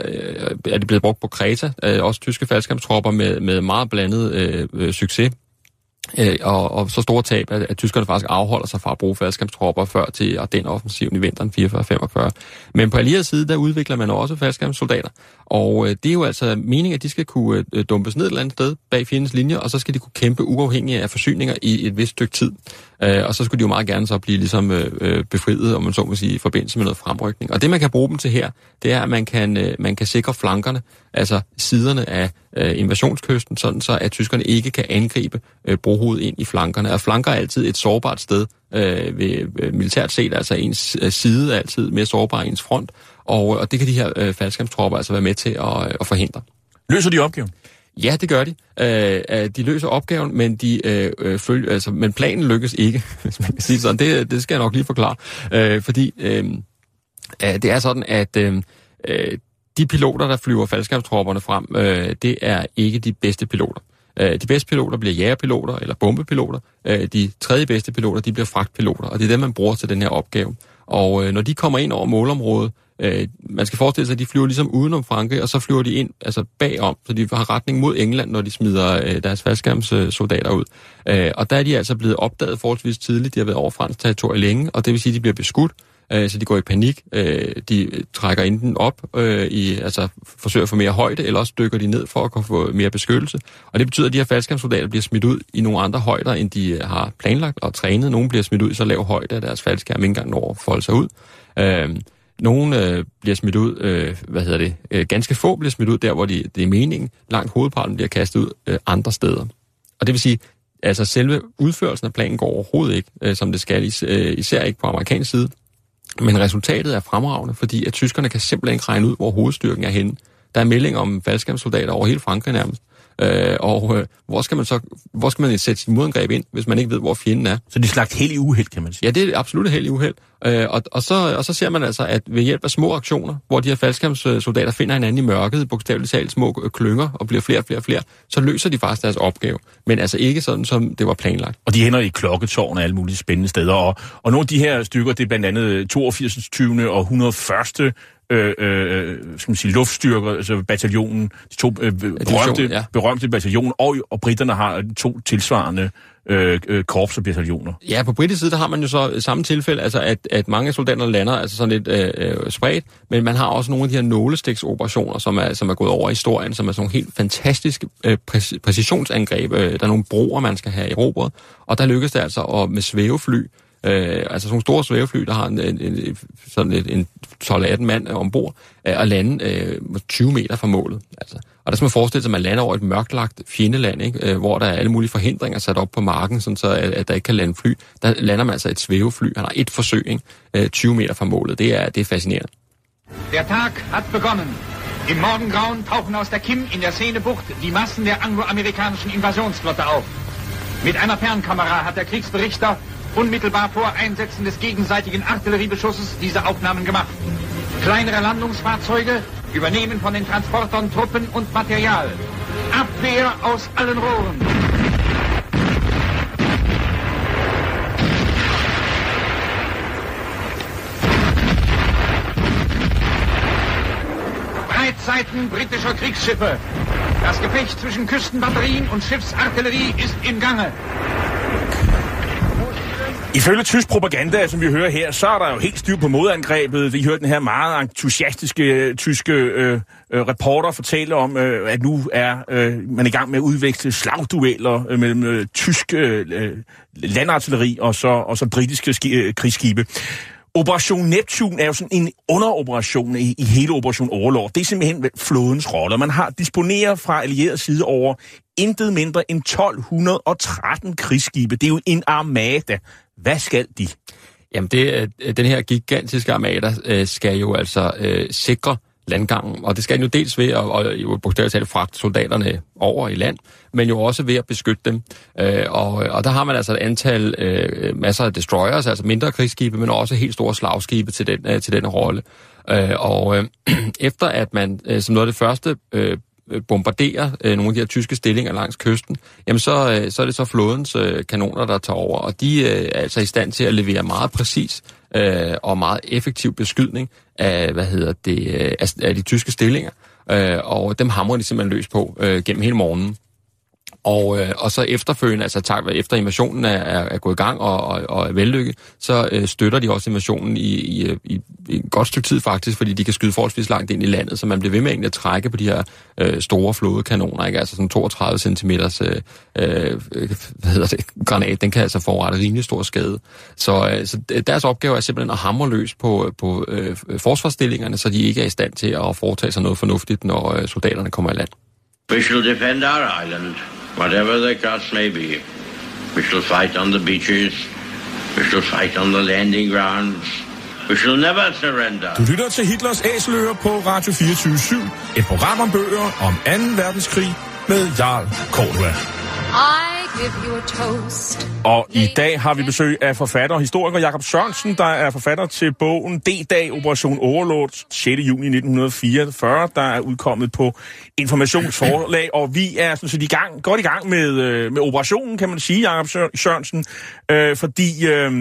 er de blevet brugt på Kreta, også tyske faldskærmstropper med, med meget blandet øh, succes. Øh, og, og så store tab, at, at tyskerne faktisk afholder sig fra at bruge faldskærmstropper før til Ardenner-offensiven i vinteren fireogfyrre femogfyrre. Men på allieret side, der udvikler man også faldskærmssoldater, Og øh, det er jo altså meningen, at de skal kunne øh, dumpes ned et eller andet sted bag fjendens linjer, og så skal de kunne kæmpe uafhængigt af forsyninger i et vist stykke tid. Øh, og så skulle de jo meget gerne så blive ligesom øh, befriet, om man så må sige, i forbindelse med noget fremrykning. Og det, man kan bruge dem til her, det er, at man kan, øh, man kan sikre flankerne, altså siderne af øh, invasionskysten, sådan så at tyskerne ikke kan angribe øh, brohovedet ind i flankerne. Og flanker er altid et sårbart sted øh, ved øh, militært set, altså ens øh, side er altid mere sårbar end ens front, og, og det kan de her øh, faldskærmstropper altså være med til at, at forhindre. Løser de opgaven? Ja, det gør de. Øh, de løser opgaven, men de øh, følger, altså, men planen lykkes ikke, hvis man kan sige sådan. Det, det skal jeg nok lige forklare, øh, fordi øh, det er sådan, at øh, de piloter, der flyver faldskærmstropperne frem, øh, det er ikke de bedste piloter. Øh, de bedste piloter bliver jægerpiloter eller bombepiloter. Øh, de tredje bedste piloter, de bliver fragtpiloter, og det er dem, man bruger til den her opgave. Og øh, når de kommer ind over målområdet, øh, man skal forestille sig, at de flyver ligesom udenom Frankrig, og så flyver de ind altså bagom, så de har retning mod England, når de smider øh, deres faldskærmssoldater ud. Øh, og der er de altså blevet opdaget forholdsvis tidligt. De har været over fransk territorie længe, og det vil sige, at de bliver beskudt. Så de går i panik, de trækker enten op, i, altså forsøger at få mere højde, eller også dykker de ned for at kunne få mere beskyttelse. Og det betyder, at de her faldskærmssoldater bliver smidt ud i nogle andre højder, end de har planlagt og trænet. Nogle bliver smidt ud i så lav højde, at deres faldskærm ikke engang når at folde sig ud. Nogle bliver smidt ud, hvad hedder det, ganske få bliver smidt ud der, hvor de, det er meningen. Langt hovedparten bliver kastet ud andre steder. Og det vil sige, altså selve udførelsen af planen går overhovedet ikke, som det skal, især ikke på amerikansk side. Men resultatet er fremragende, fordi at tyskerne kan simpelthen ikke regne ud, hvor hovedstyrken er henne. Der er melding om faldskærmssoldater over hele Frankrig nærmest. Øh, og øh, hvor skal man så hvor skal man sætte sin modangreb ind, hvis man ikke ved, hvor fjenden er? Så det er slagt held i uheld, kan man sige. Ja, det er absolut held i uheld. Øh, og, og, så, og så ser man altså, at ved hjælp af små aktioner, hvor de her faldskærmssoldater finder hinanden i mørket, bogstaveligt talt små klynger, og bliver flere og flere og flere, så løser de faktisk deres opgave. Men altså ikke sådan, som det var planlagt. Og de hænder i klokketårn og alle mulige spændende steder. Og, og nogle af de her stykker, det er blandt andet toogfirs tyvende og et hundrede og første Øh, øh, skal man sige, luftstyrker, altså bataljonen, de to øh, berømte, ja. berømte bataljoner, og, og britterne har to tilsvarende øh, øh, korps og bataljoner. Ja, på britisk side, der har man jo så samme tilfælde, altså at, at mange af soldaterne lander altså sådan lidt øh, spredt, men man har også nogle af de her nålestiksoperationer, som er, som er gået over i historien, som er sådan nogle helt fantastiske øh, præ- præcisionsangreb. Der er nogle broer, man skal have erobret, og der lykkes det altså at, med svævefly, Øh, altså sådan nogle store svævefly, der har en, en, en, sådan en, en tolv atten mand ombord, øh, og lande øh, tyve meter fra målet. Altså. Og der skal man forestille sig, at man lander over et mørklagt fjendeland, ikke? Øh, hvor der er alle mulige forhindringer sat op på marken, sådan så at, at der ikke kan lande fly. Der lander man altså et svævefly. Han har et forsøg, ikke? Øh, tyve meter fra målet. Det er, det er fascinerende. Der Tag hat begonnen. Im Morgengrauen tauchen aus der Kim in der Seenebucht die Massen der angloamerikanischen Invasionsflotte auf. Mit einer Fernkamera hat der Kriegsberichter unmittelbar vor Einsetzen des gegenseitigen Artilleriebeschusses diese Aufnahmen gemacht. Kleinere Landungsfahrzeuge übernehmen von den Transportern Truppen und Material. Abwehr aus allen Rohren. Breitseiten britischer Kriegsschiffe. Das Gefecht zwischen Küstenbatterien und Schiffsartillerie ist im Gange. Ifølge tysk propaganda, som vi hører her, så er der jo helt styr på modangrebet. Vi hørte den her meget entusiastiske tyske øh, øh, reporter fortælle om, øh, at nu er øh, man i gang med at udveksle slagdueller øh, mellem øh, tysk øh, landartilleri og så, og så britiske ski- øh, krigsskibe. Operation Neptun er jo sådan en underoperation i, i hele Operation Overlord. Det er simpelthen flådens rolle. Man har disponeret fra allieret side over intet mindre end tolv tretten krigsskibe. Det er jo en armada. Hvad skal de? Jamen, det, den her gigantiske armada øh, skal jo altså øh, sikre landgangen, og det skal jo dels ved at, og, jo bogstaveligt talt fragte soldaterne over i land, men jo også ved at beskytte dem. Øh, og, og der har man altså et antal øh, masser af destroyers, altså mindre krigsskibe, men også helt store slagskibe til den, øh, til den rolle. Øh, og øh, efter at man øh, som noget af det første øh, bombarderer øh, nogle af de her tyske stillinger langs kysten, jamen så, øh, så er det så flådens øh, kanoner, der tager over, og de øh, er altså i stand til at levere meget præcis øh, og meget effektiv beskydning af, hvad hedder det, øh, af, af de tyske stillinger, øh, og dem hamrer de simpelthen løs på øh, gennem hele morgenen. Og, øh, og så efterfølgende, altså tak, efter invasionen er, er, er gået i gang og, og, og er vellykket, så øh, støtter de også invasionen i, i, i, i et godt stykke tid faktisk, fordi de kan skyde forholdsvis langt ind i landet, så man bliver ved med egentlig at trække på de her øh, store flådekanoner, ikke? Altså sådan toogtredive centimeters øh, øh, hvad hedder det, granat, den kan altså forrette rimelig stor skade. Så, øh, så deres opgave er simpelthen at hamre løs på, på øh, forsvarsstillingerne, så de ikke er i stand til at foretage sig noget fornuftigt, når øh, soldaterne kommer i land. We shall defend our island, whatever the cost may be. We shall fight on the beaches. We shall fight on the landing grounds. We shall never surrender. Du lytter til Hitlers Æseløer på Radio fireogtyve syv. Et program om bøger om anden verdenskrig med Jarl Cordua. I give you a toast. Og i dag har vi besøg af forfatter og historiker Jakob Sørensen, der er forfatter til bogen D-dag Operation Overlord, sjette juni nitten fireogfyrre, der er udkommet på Informationsforlag, og vi er sådan set i gang, godt i gang med, øh, med operationen, kan man sige, Jakob Sørensen, øh, fordi øh,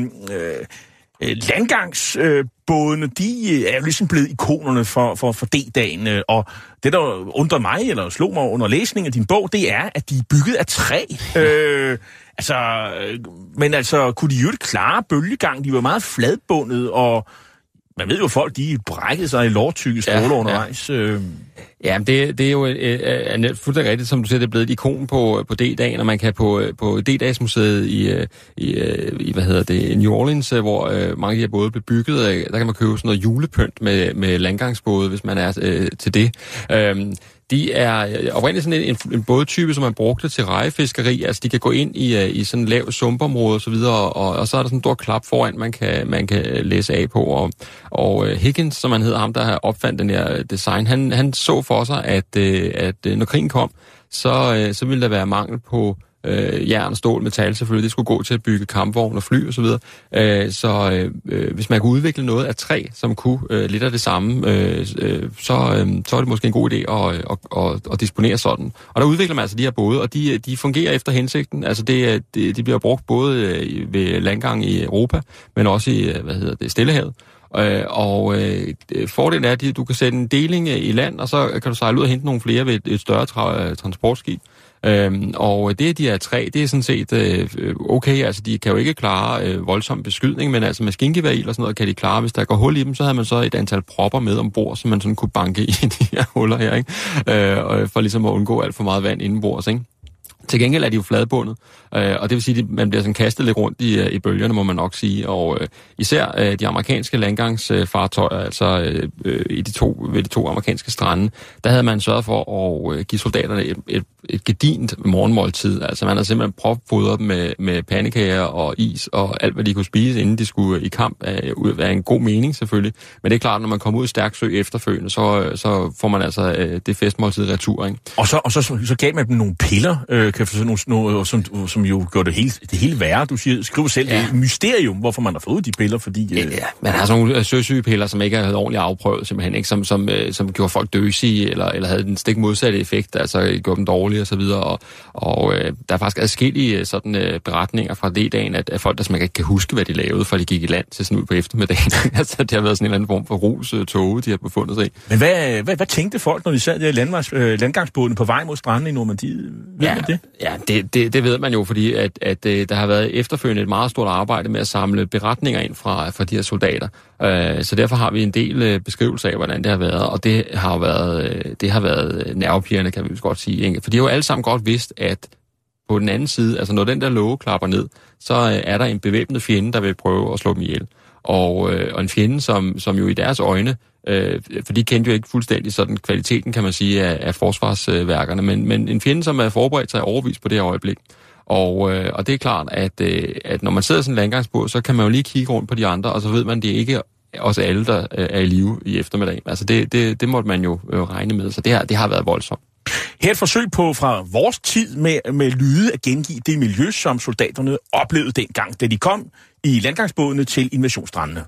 øh, landgangsbådene, øh, de er jo ligesom blevet ikonerne for, for, for D-dagen, øh, og det, der undrer mig, eller slog mig under læsningen af din bog, det er, at de er bygget af træ. Øh, altså, øh, men altså, kunne de jo ikke klare bølgegang? De var meget fladbundet, og man ved jo, folk de brækkede sig i lårtykke stråler ja, undervejs. Ja, øh. ja det, det er jo øh, fuldstændig rigtigt, som du siger, det er blevet et ikon på, på D-dagen, og man kan på, på D-dagsmuseet i, i, i, hvad hedder det, New Orleans, hvor øh, mange af de her både blev bygget, der kan man købe sådan noget julepynt med, med landgangsbåde, hvis man er øh, til det. Øhm, De er oprindeligt sådan en, en bådtype, som man brugte til rejefiskeri. Altså, de kan gå ind i, i sådan en lav sumpområde og så videre, og, og så er der sådan en stor klap foran, man kan, man kan læse af på. Og, og Higgins, som han hedder, ham der har opfandt den her design, han, han så for sig, at, at når krigen kom, så, så ville der være mangel på Øh, jern, stål, metal selvfølgelig, det skulle gå til at bygge kampvogne og fly og så videre. Øh, så øh, hvis man kunne udvikle noget af træ, som kunne øh, lidt af det samme, øh, øh, så, øh, så er det måske en god idé at, at, at, at disponere sådan. Og der udvikler man altså de her både, og de, de fungerer efter hensigten. Altså det, de, de bliver brugt både ved landgang i Europa, men også i, hvad hedder det, Stillehavet. Øh, og øh, fordelen er, at du kan sætte en deling i land, og så kan du sejle ud og hente nogle flere ved et, et større tra- transportskib. Øhm, og det, de er træ, det er sådan set øh, okay, altså de kan jo ikke klare øh, voldsom beskydning, men altså maskingevær og sådan noget kan de klare. Hvis der går hul i dem, så havde man så et antal propper med ombord, som man sådan kunne banke i de her huller her, ikke? Øh, for ligesom at undgå alt for meget vand indenbords, ikke? Til gengæld er de jo fladbundet, øh, og det vil sige, at man bliver sådan kastet lidt rundt i, i bølgerne, må man nok sige. Og øh, især øh, de amerikanske landgangsfartøjer, altså øh, i de to, ved de to amerikanske strande, der havde man sørget for at øh, give soldaterne et, et, et gedint morgenmåltid. Altså man havde simpelthen propfodret dem med, med pandekager og is og alt, hvad de kunne spise, inden de skulle i kamp, af, ud af en god mening selvfølgelig. Men det er klart, når man kommer ud i stærk sø efterfølgende, så, så får man altså øh, det festmåltid retur, ikke? Og så, og så, så gav man dem nogle piller, øh, kan sådan nogle, nogle, som, som jo gjorde det hele, det hele værre. Du siger, skriver selv, ja. Det er et mysterium, hvorfor man har fået de piller, fordi... Øh... Ja, man har sådan nogle søsygepiller, som ikke havde ordentligt afprøvet, simpelthen, ikke? Som, som, øh, som gjorde folk døsige, eller, eller havde den stik modsatte effekt, altså gjorde dem dårlige og så videre. Og, og øh, der er faktisk adskillige sådan øh, beretninger fra D-dagen, at, at folk, der simpelthen ikke kan huske, hvad de lavede, for de gik i land til sådan ud på eftermiddagen. Altså, det har været sådan en eller anden form for rus-tåge, de har befundet sig i. Men hvad, hvad, hvad tænkte folk, når de sad der i landvejs, øh, landgangsbåden på vej mod stranden i Normandiet? Ved ja, man det? Ja, det, det, det ved man jo, fordi at, at, at der har været efterfølgende et meget stort arbejde med at samle beretninger ind fra, fra de her soldater. Uh, så derfor har vi en del uh, beskrivelser af, hvordan det har været, og det har været, uh, det har været nervepirrende, kan vi godt sige. Ikke? For de har jo alle sammen godt vidst, at på den anden side, altså når den der låge klapper ned, så uh, er der en bevæbnet fjende, der vil prøve at slå dem ihjel. Og, uh, og en fjende, som, som jo i deres øjne, uh, for de kendte jo ikke fuldstændig sådan kvaliteten, kan man sige, af, af forsvarsværkerne, men, men en fjende, som er forberedt sig overvis på det her øjeblik. Og, øh, og det er klart, at, øh, at når man sidder sådan en landgangsbåd, så kan man jo lige kigge rundt på de andre, og så ved man, at det ikke er også alle, der øh, er i live i eftermiddag. Altså det, det, det måtte man jo øh, regne med, så det, her, det har været voldsomt. Her et forsøg på fra vores tid med, med lyde at gengive det miljø, som soldaterne oplevede dengang, da de kom i landgangsbådene til invasionsstrandene.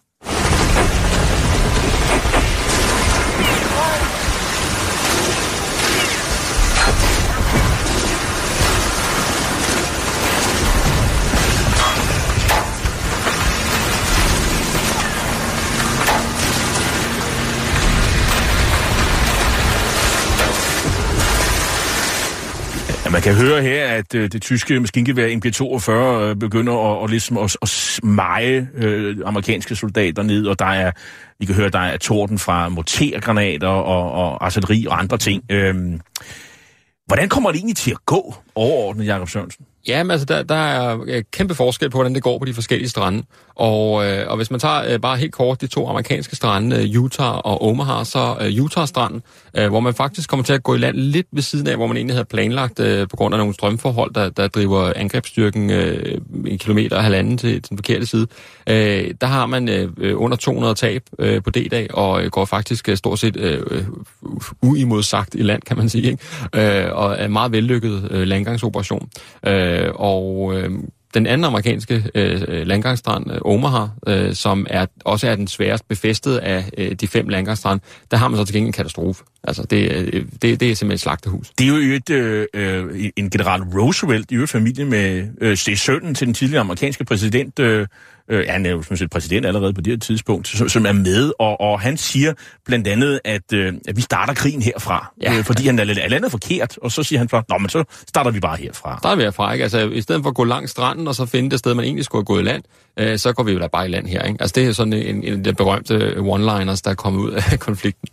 man kan høre her, at øh, det tyske maskingevær M G toogfyrre øh, begynder at, og ligesom at, at smeje øh, amerikanske soldater ned, og der er, vi kan høre, der er torden fra mortergranater og, og artilleri og andre ting. Øh, hvordan kommer det egentlig til at gå overordnet, Jakob Sørensen? Ja, men altså, der, der er kæmpe forskel på, hvordan det går på de forskellige strande. Og, øh, og hvis man tager øh, bare helt kort de to amerikanske strande, øh, Utah og Omaha, så øh, Utah-stranden, øh, hvor man faktisk kommer til at gå i land lidt ved siden af, hvor man egentlig havde planlagt øh, på grund af nogle strømforhold, der, der driver angrebsstyrken øh, en kilometer og halvanden til, til den forkerte side. Øh, der har man øh, under to hundrede tab øh, på D-dag, og øh, går faktisk øh, stort set øh, uimodsagt i land, kan man sige, ikke? Øh, og er en meget vellykket øh, landgangsoperation. Øh, og øh, den anden amerikanske øh, landgangsstrand, øh, Omaha, øh, som er, også er den sværest befæstede af øh, de fem landgangsstrande, der har man så til gengæld en katastrofe. Altså, det, øh, det, det er simpelthen et slagtehus. Det er jo et, øh, øh, en general Roosevelt, i øvrigt familie med øh, sønnen til den tidligere amerikanske præsident, øh, øh, han er jo sådan set præsident allerede på det her tidspunkt, som, som er med, og, og han siger blandt andet, at, øh, at vi starter krigen herfra, ja, øh, fordi ja. han er lidt landet forkert, og så siger han fra, nå, men så starter vi bare herfra. Starter vi herfra, ikke? Altså, i stedet for at gå langs stranden, og så finde det sted, man egentlig skulle have gået i land, øh, så går vi jo da bare i land her, ikke? Altså, det er sådan en, en af de berømte one-liners, der er kommet ud af konflikten.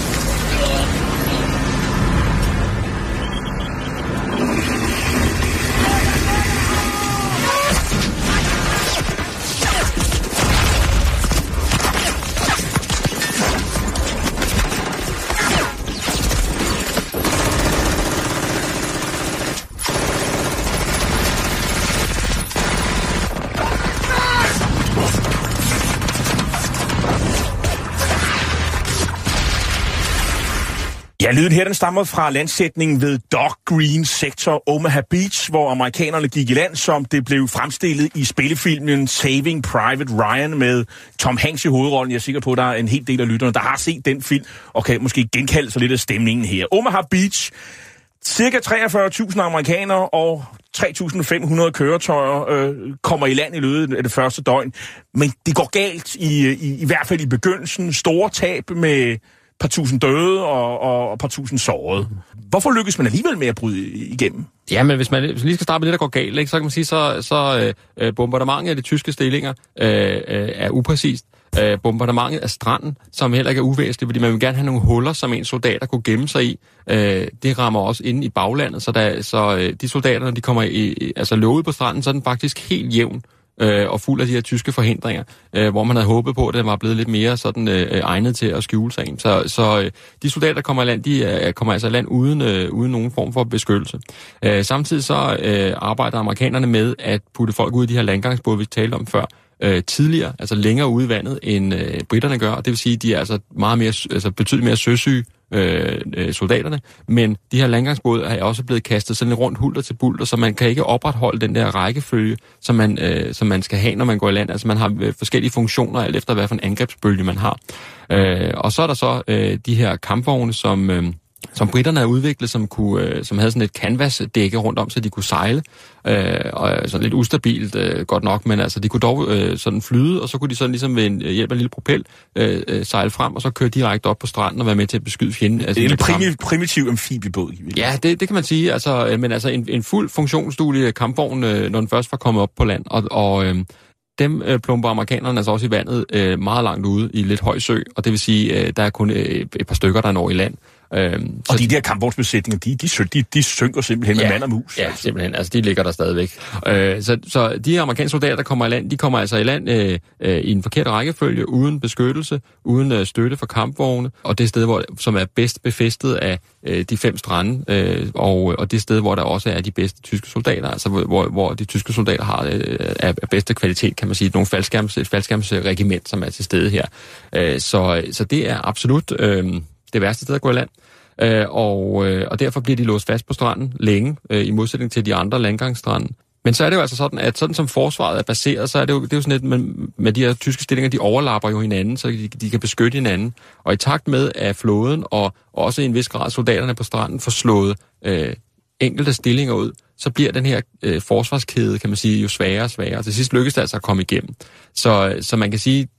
Ja, lyden her, den stammer fra landsætningen ved Dock Green sektor Omaha Beach, hvor amerikanerne gik i land, som det blev fremstillet i spillefilmen Saving Private Ryan med Tom Hanks i hovedrollen. Jeg er sikker på, at der er en hel del af lytterne, der har set den film, og kan måske genkalde sig lidt af stemningen her. Omaha Beach, cirka treogfyrre tusind amerikanere og tre tusind fem hundrede køretøjer øh, kommer i land i løbet af det første døgn. Men det går galt, i, i, i hvert fald i begyndelsen. Store tab med par tusind døde og, og, og par tusind sårede. Hvorfor lykkes man alligevel med at bryde igennem? Ja, men hvis man hvis lige skal starte med det, der går galt, ikke, så kan man sige, så, så øh, bombardementet af de tyske stillinger øh, øh, er upræcist. Øh, bombardementet af stranden, som heller ikke er uvæsentligt, fordi man vil gerne have nogle huller, som en soldater kunne gemme sig i. Øh, det rammer også inde i baglandet, så, der, så øh, de soldater, når de kommer i, altså løbet på stranden, så er den faktisk helt jævn øh, og fuld af de her tyske forhindringer, øh, hvor man havde håbet på, at det var blevet lidt mere sådan øh, egnet til at skjule sig ind. Så, så øh, de soldater, der kommer i land, de øh, kommer altså i land uden, øh, uden nogen form for beskyttelse. Øh, samtidig så øh, arbejder amerikanerne med at putte folk ud i de her landgangsbåde, vi talte om før, øh, tidligere, altså længere ude i vandet, end øh, britterne gør. Det vil sige, at de er altså meget mere, altså betydeligt mere søsyge, Øh, øh, soldaterne, men de her landgangsbåde er også blevet kastet sådan lidt rundt hulter til bulter, så man kan ikke opretholde den der rækkefølge, som man, øh, som man skal have, når man går i land. Altså man har øh, forskellige funktioner, alt efter hvad for en angrebsbølge man har. Øh, og så er der så øh, de her kampvogne, som øh, som britterne har udviklet, som, kunne, øh, som havde sådan et canvas-dække rundt om, så de kunne sejle. Øh, og sådan lidt ustabilt, øh, godt nok, men altså, de kunne dog øh, sådan flyde, og så kunne de sådan ligesom ved en, hjælp af en lille propel øh, øh, sejle frem, og så køre direkte op på stranden og være med til at beskyde fjenden. Altså, det er en primi- primitiv amfibiebåd. Ja, det, det kan man sige. Altså, øh, men altså en, en fuld funktionsduelig kampvogn, øh, når den først var kommet op på land, og, og øh, dem øh, plumper amerikanerne altså også i vandet øh, meget langt ude i lidt høj sø, og det vil sige, øh, der er kun øh, et par stykker, der når i land. Øhm, og de der kampvognsbesætninger, de, de, de, de synker simpelthen ja, med mand og mus. Ja, altså. simpelthen. Altså, de ligger der stadigvæk. Øh, så, så de amerikanske soldater, der kommer i land, de kommer altså i land øh, øh, i en forkert rækkefølge, uden beskyttelse, uden øh, støtte fra kampvogne, og det sted, hvor, som er bedst befæstet af øh, de fem strande, øh, og, og det sted, hvor der også er de bedste tyske soldater, altså hvor, hvor de tyske soldater har øh, er bedste kvalitet, kan man sige, nogle faldskærms, et faldskærmsregiment, som er til stede her. Øh, så, så det er absolut øh, det værste sted at gå i land. Øh, og, øh, og derfor bliver de låst fast på stranden længe, øh, i modsætning til de andre landgangsstrande. Men så er det jo altså sådan, at sådan som forsvaret er baseret, så er det jo, det er jo sådan lidt, med, med de her tyske stillinger, de overlapper jo hinanden, så de, de kan beskytte hinanden. Og i takt med, at flåden og også i en vis grad soldaterne på stranden får slået øh, enkelte stillinger ud, så bliver den her øh, forsvarskæde, kan man sige, jo sværere og sværere. Til sidst lykkes det altså at komme igennem. Så, så man kan sige,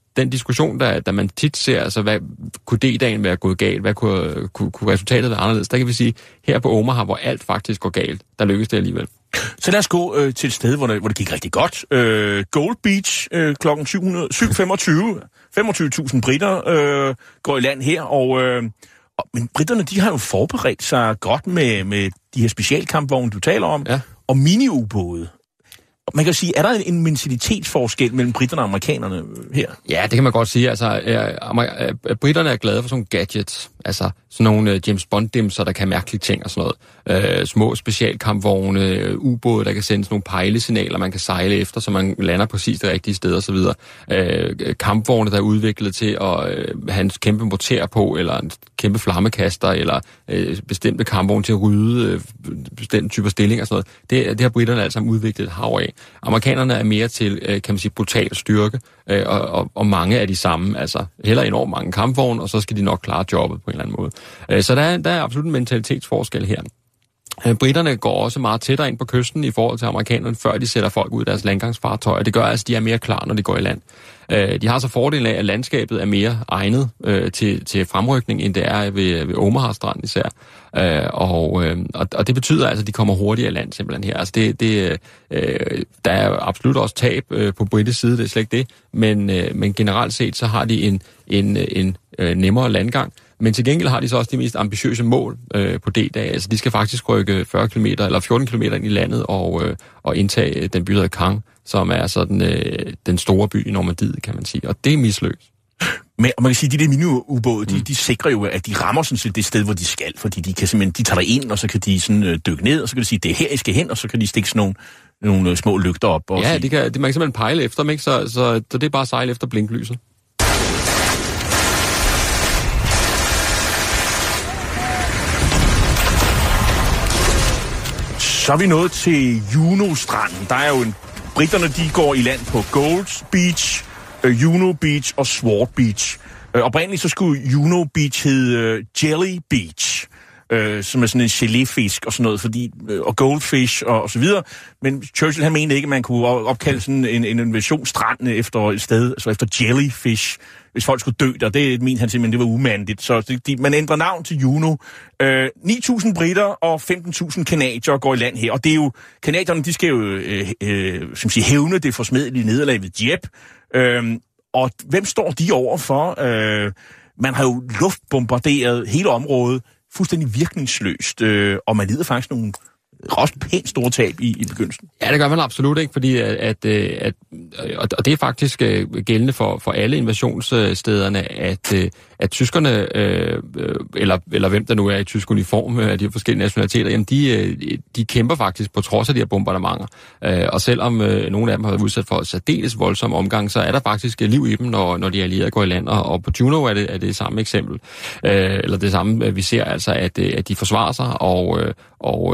den diskussion, der, der man tit ser, altså hvad kunne D-dagen være gået galt, hvad kunne, kunne, kunne resultatet være anderledes, der kan vi sige, her på Omaha, hvor alt faktisk går galt, der lykkes det alligevel. Så lad os gå øh, til et sted, hvor det, hvor det gik rigtig godt. Øh, Gold Beach øh, klokken syv femogtyve. femogtyve tusind britter øh, går i land her, og, øh, og men britterne, de har jo forberedt sig godt med, med de her specialkampvogne, du taler om, ja. Og mini-ubåde. Man kan sige, er der en mentalitetsforskel mellem britterne og amerikanerne her? Ja, det kan man godt sige. Altså, øh, øh, britterne er glade for sådan nogle gadgets. Altså, sådan nogle øh, James Bond-dimser, der kan mærkelige ting og sådan noget. Øh, små specialkampvogne, øh, ubåde, der kan sende sådan nogle pejlesignaler, man kan sejle efter, så man lander præcis det rigtige sted og så videre. Øh, kampvogne, der er udviklet til at øh, have en kæmpe morter på, eller en kæmpe flammekaster, eller øh, bestemte kampvogne til at rydde øh, bestemte typer stillinger og sådan noget. Det, det har britterne altså udviklet et hav af. Amerikanerne er mere til, øh, kan man sige, brutal styrke, øh, og, og, og mange er de samme, altså heller enormt mange kampvogne, og så skal de nok klare jobbet på en eller anden måde. Øh, så der er, der er absolut en mentalitetsforskel her. Øh, britterne går også meget tættere ind på kysten i forhold til amerikanerne, før de sætter folk ud i deres landgangsfartøjer. Det gør altså, at de er mere klar, når de går i land. Øh, de har så fordelen af, at landskabet er mere egnet øh, til, til fremrykning, end det er ved, ved Omaha-stranden især. Øh, og, øh, og, og det betyder altså, at de kommer hurtigere i land simpelthen her. Altså det, det, øh, der er absolut også tab øh, på britisk side, det er slet ikke det, men, øh, men generelt set så har de en, en, en øh, nemmere landgang. Men til gengæld har de så også de mest ambitiøse mål øh, på D-dag. Altså de skal faktisk rykke fyrre kilometer eller fjorten kilometer ind i landet og, øh, og indtage den by, der hedder Caen, som er sådan øh, den store by i Normandiet, kan man sige. Og det er mislykket. Men man kan sige, at de der mini-ubåde, de, de sikrer jo, at de rammer sådan set det sted, hvor de skal, fordi de kan simpelthen, de tager ind, og så kan de sådan øh, dykke ned, og så kan de sige, det er her, I skal hen, og så kan de stikke sådan nogle, nogle små lygter op. Og ja, sige, det kan, det, man kan simpelthen pejle efter dem, ikke? Så, så, så det er bare at sejle efter blinklyset. Så er vi nået til Juno-stranden. Der er jo en... Britterne, de går i land på Gold Beach, uh, Juno Beach og Sword Beach. Uh, oprindeligt så skulle Juno Beach hedde uh, Jelly Beach, uh, som er sådan en geléfisk og sådan noget, fordi, uh, og goldfish og, og så videre. Men Churchill, han mente ikke, at man kunne opkalde sådan en, en invasionsstrand efter et sted, altså efter jellyfish, hvis folk skulle dø der. Det mente han simpelthen, det var umandigt. Så det, de, man ændrer navn til Juno. Øh, ni tusind britter og femten tusind kanadier går i land her. Og det er jo, kanadierne, de skal jo øh, øh, som siger, hævne det forsmedelige nederlag ved Dieppe. Øh, og hvem står de over for? Øh, man har jo luftbombarderet hele området fuldstændig virkningsløst. Øh, og man lider faktisk nogle også pænt store tab i, i begyndelsen. Ja, det gør man absolut ikke, fordi at, at, at og det er faktisk gældende for, for alle invasionsstederne, at, at tyskerne, eller, eller hvem der nu er i tysk uniform af de forskellige nationaliteter, jamen de, de kæmper faktisk på trods af de her bombardementer. Og selvom nogle af dem har været udsat for særdeles voldsom omgang, så er der faktisk liv i dem, når, når de allierede går i land. Og på Juno er det, er det samme eksempel, eller det samme vi ser altså, at, at de forsvarer sig, og, og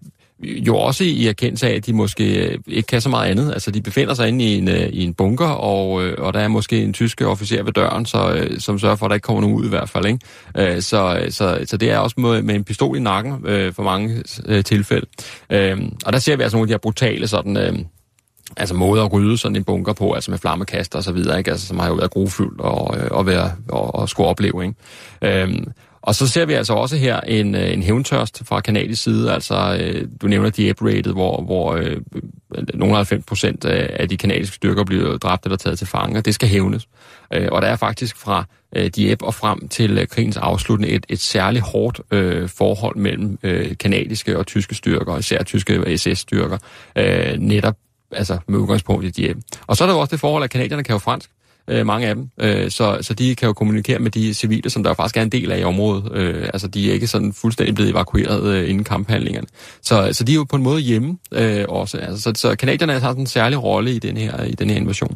jo også i erkendelse af, at de måske ikke kan så meget andet. Altså, de befinder sig inde i en, i en bunker, og, og der er måske en tysk officer ved døren, så, som sørger for, at der ikke kommer nogen ud i hvert fald. Ikke? Så, så, så det er også med, med en pistol i nakken øh, for mange øh, tilfælde. Øh, og der ser vi altså nogle af de her brutale sådan... Øh, altså måder at rydde sådan en bunker på, altså med flammekaster og så videre, ikke? Altså, som har jo været grufyldt og, og, være, og, og skulle opleve, ikke? Øhm, og så ser vi altså også her en, en hævntørst fra kanadisk side, altså øh, du nævner Dieppe-rated, hvor, hvor øh, nogle halvfems procent af de kanadiske styrker bliver dræbt eller taget til fange, det skal hævnes. Øh, og der er faktisk fra øh, Dieppe og frem til øh, krigens afslutning et, et særligt hårdt øh, forhold mellem øh, kanadiske og tyske styrker, især tyske S S-styrker, øh, netop altså med udgangspunkt i Dieppe. Og så er der jo også det forhold, at kanadierne kan jo fransk, øh, mange af dem, øh, så, så de kan jo kommunikere med de civile, som der faktisk er en del af i området. Øh, altså de er ikke sådan fuldstændig blevet evakueret øh, inden kamphandlingerne. Så, så de er jo på en måde hjemme øh, også. Altså, så, så kanadierne har sådan en særlig rolle i den her, i den her invasion.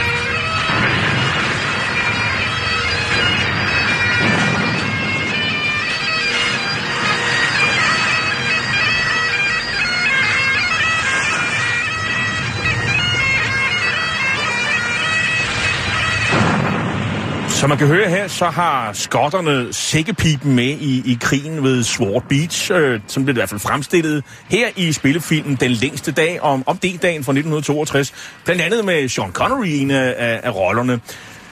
Som man kan høre her, så har skotterne sækkepipen med i, i krigen ved Sword Beach, øh, som blev i hvert fald fremstillet her i spillefilmen Den længste dag om, om D-dagen fra nitten toogtres. Blandt andet med Sean Connery i en af, af, af rollerne.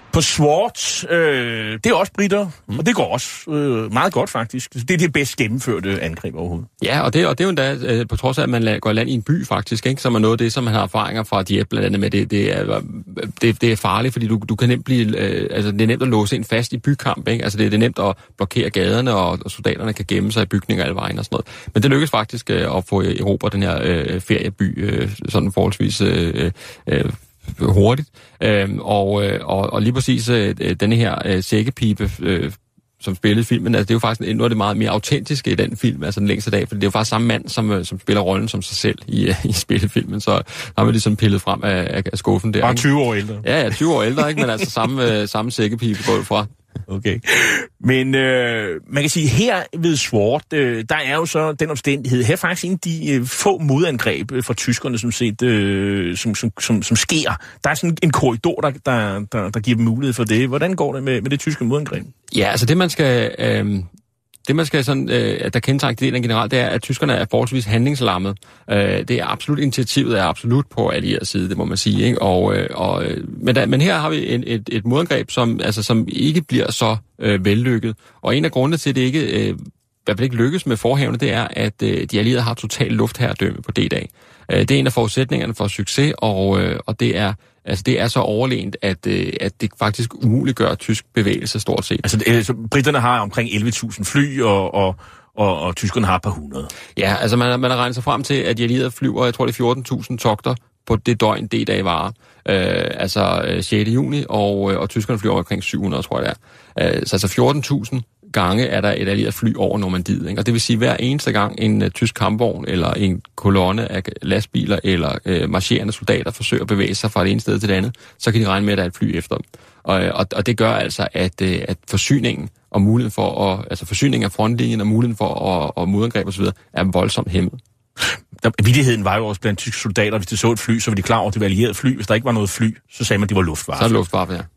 På Sword, øh, det er også britter, mm. og det går også øh, meget godt faktisk. Det er det bedst gennemførte angreb overhovedet. Ja, og det, og det er jo endda, øh, på trods af, at man går land i en by faktisk, ikke? Som er noget af det, som man har erfaringer fra Dieppe blandt andet med, det, det, er, det, det er farligt, fordi du, du kan nemt blive, øh, altså det er nemt at låse ind fast i bykamp, ikke? Altså det, det er nemt at blokere gaderne, og, og soldaterne kan gemme sig i bygninger alle vejen og sådan noget. Men det lykkes faktisk øh, at få Europa den her øh, ferieby øh, sådan forholdsvis øh, øh, hurtigt. Øhm, og, og, og lige præcis øh, denne her øh, sækkepipe, øh, som spillede filmen, altså det er jo faktisk noget af det meget mere autentiske i den film, altså den længste dag, for det er jo faktisk samme mand, som, som spiller rollen som sig selv i, i spillefilmen, så har vi ligesom pillet frem af, af skuffen der. Bare tyve år ældre. Ja, ja, tyve år ældre, ikke? Men altså samme, samme sækkepipe går fra. Okay. Men øh, man kan sige, her ved Sword, øh, der er jo så den omstændighed, her er faktisk en af de øh, få modangreb øh, fra tyskerne, som, set, øh, som, som, som, som sker. Der er sådan en korridor, der, der, der, der giver dem mulighed for det. Hvordan går det med, med det tyske modangreb? Ja, altså det man skal... Øh... Det, man skal sådan, øh, der kendetegner det generelt, det er, at tyskerne er forholdsvis handlingslammet. Øh, det er absolut, initiativet er absolut på allieret side, det må man sige, ikke? Og, øh, og, men, der, men her har vi en, et, et modangreb, som, altså, som ikke bliver så øh, vellykket. Og en af grundene til, at det ikke, øh, hvad det ikke lykkes med forhavene, det er, at øh, de allierede har total luftherredømme på D-dag. Øh, det er en af forudsætningerne for succes, og, øh, og det er Altså, det er så overlegent, at, øh, at det faktisk umuliggør tysk bevægelse stort set. Altså, øh, så britterne har omkring elleve tusind fly, og, og, og, og tyskerne har et par hundrede. Ja, altså man, man har regnet sig frem til, at de allierede flyver, jeg tror det er fjorten tusind togter på det døgn, D-dag varer. Øh, altså sjette juni, og, og tyskerne flyver omkring syv hundrede, tror jeg det er. Øh, så altså fjorten tusind gange er der et allieret fly over Normandiet, ikke? Og det vil sige, at hver eneste gang en uh, tysk kampvogn eller en kolonne af lastbiler eller uh, marcherende soldater forsøger at bevæge sig fra det ene sted til det andet, så kan de regne med, at der er et fly efter dem. Og, og, og det gør altså, at, uh, at forsyningen og muligheden for at, altså forsyningen af frontlinjen og muligheden for at, at modangribe osv. er voldsomt hæmmet. Der, vittigheden var jo også blandt tyske soldater, hvis de så et fly, så var de klar over, at det var allieret fly. Hvis der ikke var noget fly, så sagde man, at det var luftwaffe. Så er det luftwaffe, ja.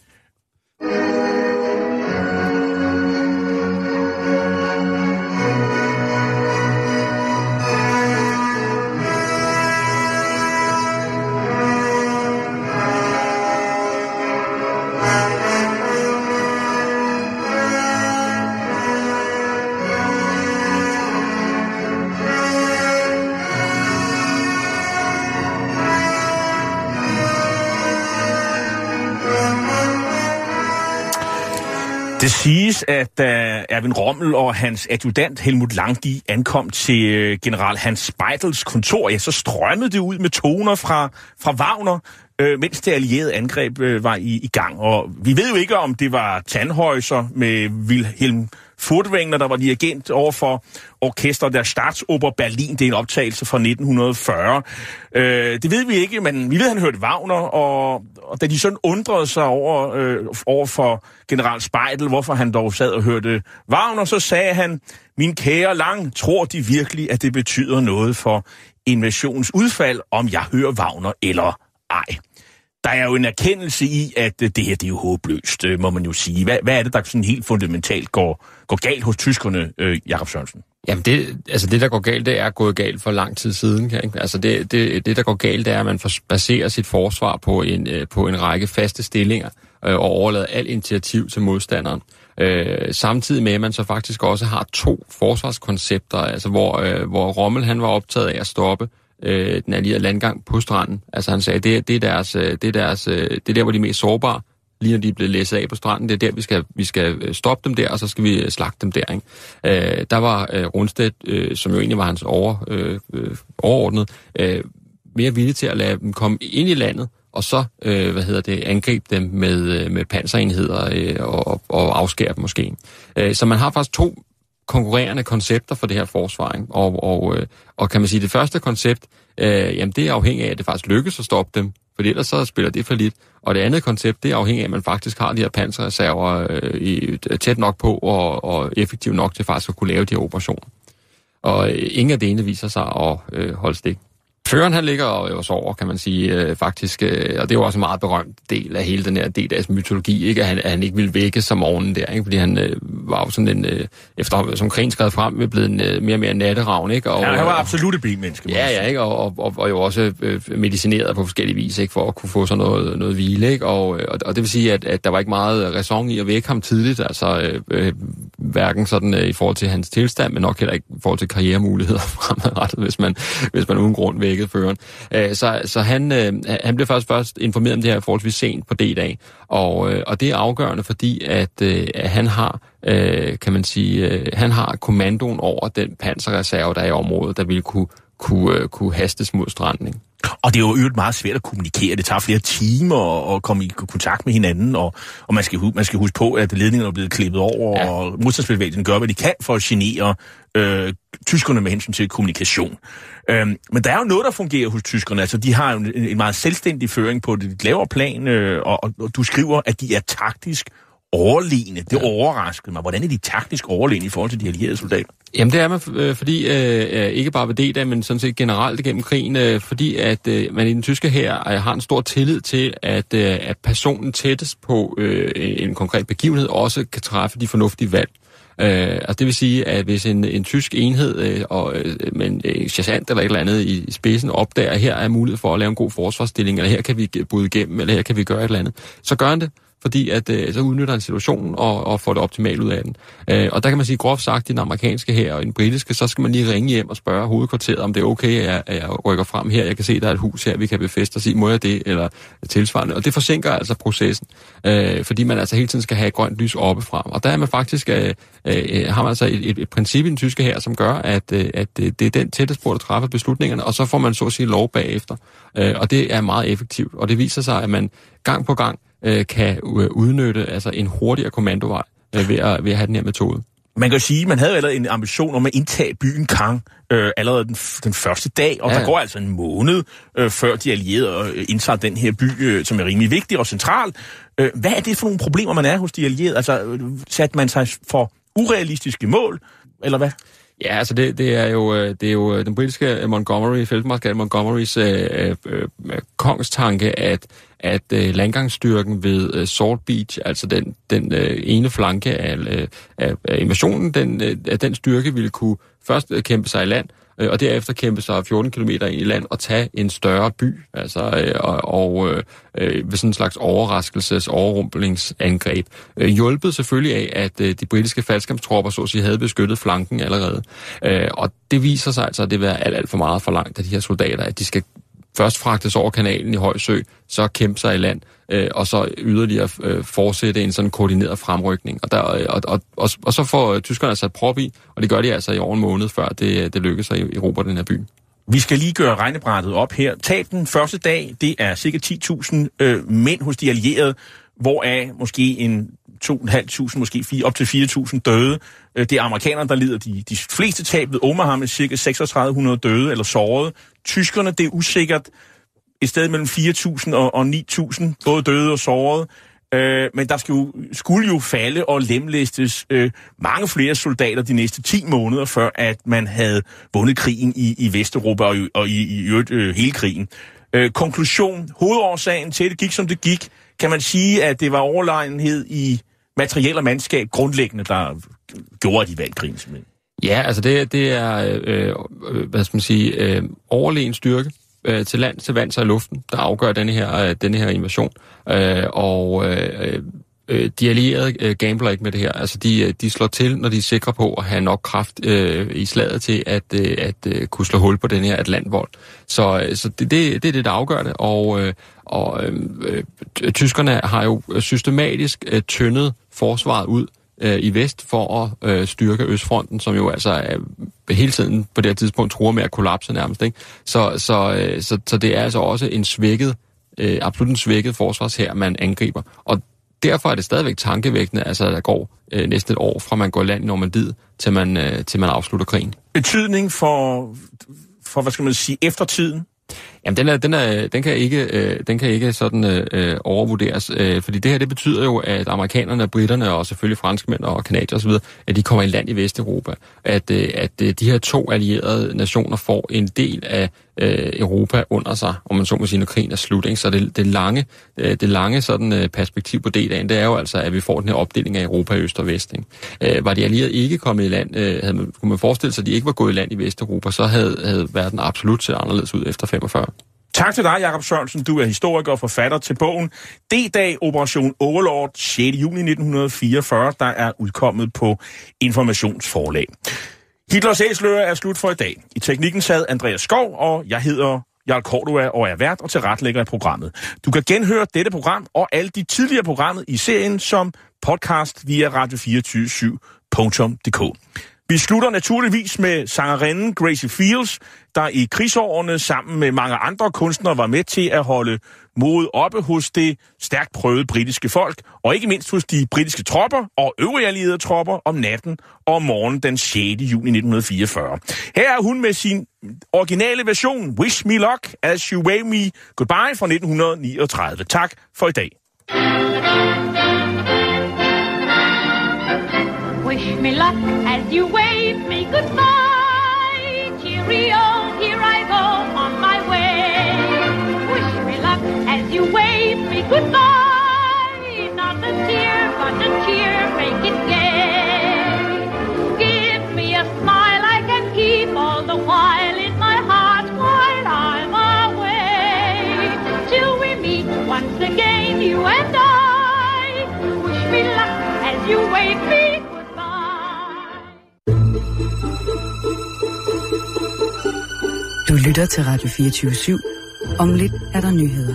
Det siges, at da Erwin Rommel og hans adjutant Helmut Lang de ankom til general Hans Speidels kontor, ja, så strømmede det ud med toner fra, fra Wagner, øh, mens det allierede angreb øh, var i, i gang. Og vi ved jo ikke, om det var Tannhäuser med Wilhelm Furtwängler, der var dirigent over for orkester der Staatsoper Berlin. Det er en optagelse fra nitten fyrre. Øh, det ved vi ikke, men vi ved, at han hørte Wagner, og, og da de sådan undrede sig over, øh, over for general Speidel, hvorfor han dog sad og hørte Wagner, så sagde han, min kære Lang, tror de virkelig, at det betyder noget for invasionens udfald, om jeg hører Wagner eller ej? Der er jo en erkendelse i, at det her det er jo håbløst, må man jo sige. Hvad, hvad er det, der sådan helt fundamentalt går, går galt hos tyskerne, øh, Jakob Sørensen? Jamen, det, altså det, der går galt, det er gået galt for lang tid siden. Ikke? Altså det, det, det, der går galt, det er, at man baserer sit forsvar på en, på en række faste stillinger øh, og overlader alt initiativ til modstanderen. Øh, samtidig med, at man så faktisk også har to forsvarskoncepter, altså hvor, øh, hvor Rommel han var optaget af at stoppe øh, den allierede landgang på stranden. Altså han sagde, det, det, er deres, det, er deres, det er der, hvor de er mest sårbare, lige når de er blevet læsset af på stranden. Det er der, vi skal, vi skal stoppe dem der, og så skal vi slagte dem der. Ikke? Øh, der var øh, Rundstedt, øh, som jo egentlig var hans over, øh, øh, overordnet, øh, mere villig til at lade dem komme ind i landet, og så øh, hvad hedder det, angribe dem med, med panserenheder øh, og, og afskære dem måske. Øh, så man har faktisk to konkurrerende koncepter for det her forsvar. Ikke? Og, og, og kan man sige, det første koncept, øh, jamen det er afhængigt af, at det faktisk lykkes at stoppe dem, for ellers så spiller det for lidt. Og det andet koncept, det er afhængigt af, at man faktisk har de her panserreserver øh, i, tæt nok på og, og effektivt nok til faktisk at kunne lave de her operationer. Og øh, ingen af det ene viser sig at øh, holde stik. Føreren han ligger også over, kan man sige, øh, faktisk, øh, og det er jo også en meget berømt del af hele den her D-dags mytologi, ikke? At han, at han ikke ville vække som morgenen der, ikke? Fordi han øh, var jo sådan en, øh, efter som krigen skred frem, blevet en øh, mere og mere natteravn, ikke? Og, ja, han var absolut et benmenneske. Ja, ja, ikke? Og, og, og, og jo også øh, medicineret på forskellige vis, ikke? For at kunne få sådan noget, noget hvile, ikke? Og, og, og det vil sige, at, at der var ikke meget ræson i at vække ham tidligt, altså øh, øh, hverken sådan øh, i forhold til hans tilstand, men nok heller ikke i forhold til karrieremuligheder fremadrettet, hvis man, hvis man uden grund vækkede føreren. Øh, så så han, øh, han blev først først informeret om det her forholdsvis sent på D-dag, og, øh, og det er afgørende, fordi at, øh, at han har, øh, kan man sige, øh, han har kommandoen over den panserreserve, der er i området, der ville kunne, kunne, øh, kunne hastes mod stranden, ikke? Og det er jo øvrigt meget svært at kommunikere. Det tager flere timer at komme i kontakt med hinanden, og, og man, skal, man skal huske på, at ledningen er blevet klippet over, ja. Og modstandsbevægelsen gør, hvad de kan for at genere øh, tyskerne med hensyn til kommunikation. Øhm, men der er jo noget, der fungerer hos tyskerne. Altså, de har jo en, en meget selvstændig føring på det lavere plan, øh, og, og du skriver, at de er taktisk overlegne. Det overraskede mig. Hvordan er de taktisk overlegne i forhold til de allierede soldater? Jamen det er man, øh, fordi øh, ikke bare ved D-dag, men sådan set generelt gennem krigen, øh, fordi at øh, man i den tyske hær øh, har en stor tillid til, at, øh, at personen tættest på øh, en konkret begivenhed også kan træffe de fornuftige valg. Øh, og det vil sige, at hvis en, en tysk enhed øh, og øh, med en øh, sergeant eller et eller andet i, i spidsen opdager, at her er mulighed for at lave en god forsvarsstilling, eller her kan vi bryde igennem, eller her kan vi gøre et eller andet, så gør han det. Fordi at øh, så udnytter han situationen og, og får det optimalt ud af den. Øh, og der kan man sige groft sagt, i den amerikanske her og i den britiske, så skal man lige ringe hjem og spørge hovedkvarteret, om det er okay, at jeg, at jeg rykker frem her. Jeg kan se, der er et hus her, vi kan befeste og sige, må jeg det, eller tilsvarende. Og det forsinker altså processen, øh, fordi man altså hele tiden skal have et grønt lys oppe frem. Og der er man faktisk, øh, øh, har man altså et, et, et princip i den tyske her, som gør, at, øh, at det er den tættest på, der træffer beslutningerne, og så får man så at sige lov bagefter. Øh, og det er meget effektivt. Og det viser sig, at man gang på gang kan udnytte altså en hurtigere kommandovej ved at, ved at have den her metode. Man kan jo sige, at man havde jo allerede en ambition om at indtage byen Caen øh, allerede den, den første dag, og ja. Der går altså en måned øh, før de allierede øh, indtager den her by, øh, som er rimelig vigtig og central. Øh, hvad er det for nogle problemer, man er hos de allierede? Altså, øh, satte man sig for urealistiske mål, eller hvad? Ja, altså det, det er jo det er jo den britiske Montgomery, feltmarskal Montgomerys øh, øh, kongstanke, at at øh, landgangsstyrken ved øh, Salt Beach, altså den den øh, ene flanke af, øh, af, af invasionen, den øh, af den styrke ville kunne først øh, kæmpe sig i land, øh, og derefter kæmpe sig fjorten kilometer ind i land og tage en større by, altså øh, og, og øh, ved sådan en slags overraskelses overrumplingsangreb, øh, hjulpet selvfølgelig af, at øh, de britiske faldskærmstropper så at sige havde beskyttet flanken allerede, øh, og det viser sig altså, at det vil alt alt for meget for langt af de her soldater, at de skal først fragtes over kanalen i høj sø, så kæmpe sig i land, øh, og så yderligere øh, fortsætte en sådan koordineret fremrykning. Og, der, og, og, og, og så får øh, tyskerne altså et prop i, og det gør de altså i over en måned, før det, det lykkes at erobre den her by. Vi skal lige gøre regnebrættet op her. Tab den første dag, det er cirka ti tusind øh, mænd hos de allierede, hvoraf måske en to tusind fem hundrede, måske fire, op til fire tusind døde. Det er amerikanerne, der lider de, de fleste tab ved Omaha med cirka seksogtredive hundrede døde eller sårede. Tyskerne, det er usikkert et sted mellem fire tusind og, og ni tusind, både døde og sårede. Øh, men der skal jo, skulle jo falde og lemlæstes øh, mange flere soldater de næste ti måneder, før at man havde vundet krigen i, i Vesteuropa og, og i, i øvrigt øh, hele krigen. Øh, konklusion, hovedårsagen til, at det gik som det gik, kan man sige, at det var overlegenhed i materiel og mandskab grundlæggende, der gjorde de vandt krigen simpelthen. Ja, altså det, det er, øh, hvad skal man sige, øh, overlegen styrke øh, til land, til vands og i luften, der afgør denne her, øh, denne her invasion. Øh, og øh, øh, de allierede øh, gambler ikke med det her. Altså de, de slår til, når de er sikre på at have nok kraft øh, i slaget til at, øh, at øh, kunne slå hul på den her atlantvold. Så, øh, så det, det, det er det, der afgør det. Og, øh, og øh, øh, tyskerne har jo systematisk øh, tyndet forsvaret ud i vest for at øh, styrke Østfronten, som jo altså er, hele tiden på det her tidspunkt truer med at kollapse nærmest, ikke? Så, så, øh, så, så det er altså også en svækket, øh, absolut en svækket forsvarshær, man angriber. Og derfor er det stadigvæk tankevækkende, altså der går øh, næsten et år fra man går land i Normandiet, til man, øh, til man afslutter krigen. Betydning for, for, hvad skal man sige, eftertiden? Jamen, den, er, den, er, den, kan ikke, øh, den kan ikke sådan øh, overvurderes, øh, fordi det her, det betyder jo, at amerikanerne, britterne og selvfølgelig franskmænd og kanadier osv., at de kommer i land i Vesteuropa. At, øh, at øh, de her to allierede nationer får en del af øh, Europa under sig, om man så må sige, når krigen er slut. Ikke? Så det, det lange, øh, det lange sådan, øh, perspektiv på D-dagen, det er jo altså, at vi får den her opdeling af Europa i øst og vest. Ikke? Øh, var de allierede ikke kommet i land, øh, havde man, kunne man forestille sig, at de ikke var gået i land i Vesteuropa, så havde, havde verden absolut set anderledes ud efter femogfyrre. Tak til dig, Jakob Sørensen. Du er historiker og forfatter til bogen D-dag Operation Overlord, sjette juni nitten fireogfyrre, der er udkommet på Informationsforlag. Hitlers Æseløer er slut for i dag. I teknikken sad Andreas Skov, og jeg hedder Jarl Cordua og er vært og tilrettelægger af programmet. Du kan genhøre dette program og alle de tidligere programmer i serien som podcast via radio to fire syv punktum d k. Vi slutter naturligvis med sangerinden Gracie Fields, der i krigsårene sammen med mange andre kunstnere var med til at holde modet oppe hos det stærkt prøvede britiske folk, og ikke mindst hos de britiske tropper og øvrige allierede tropper om natten og om morgenen den sjette juni nitten fireogfyrre. Her er hun med sin originale version, Wish Me Luck As You Wave Me Goodbye fra nitten niogtredive. Tak for i dag. Wish me luck as you wave me goodbye. Cheerio, here I go on my way. Wish me luck as you wave me goodbye. Not a tear, but a cheer, make it gay. Give me a smile I can keep all the while in my heart while I'm away. Till we meet once again, you and I. Wish me luck as you wave me. Du lytter til Radio fireogtyve syv. Om lidt er der nyheder.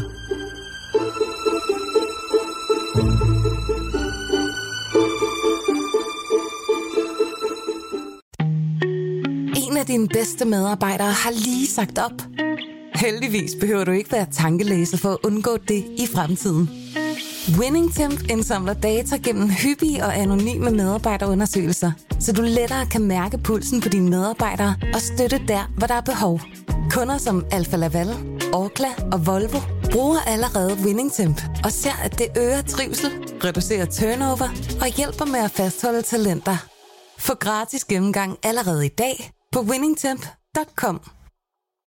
En af dine bedste medarbejdere har lige sagt op. Heldigvis behøver du ikke være tankelæser for at undgå det i fremtiden. WinningTemp indsamler data gennem hyppige og anonyme medarbejderundersøgelser, så du lettere kan mærke pulsen på dine medarbejdere og støtte der, hvor der er behov. Kunder som Alfa Laval, Orkla og Volvo bruger allerede WinningTemp og ser, at det øger trivsel, reducerer turnover og hjælper med at fastholde talenter. Få gratis gennemgang allerede i dag på winningtemp punktum com.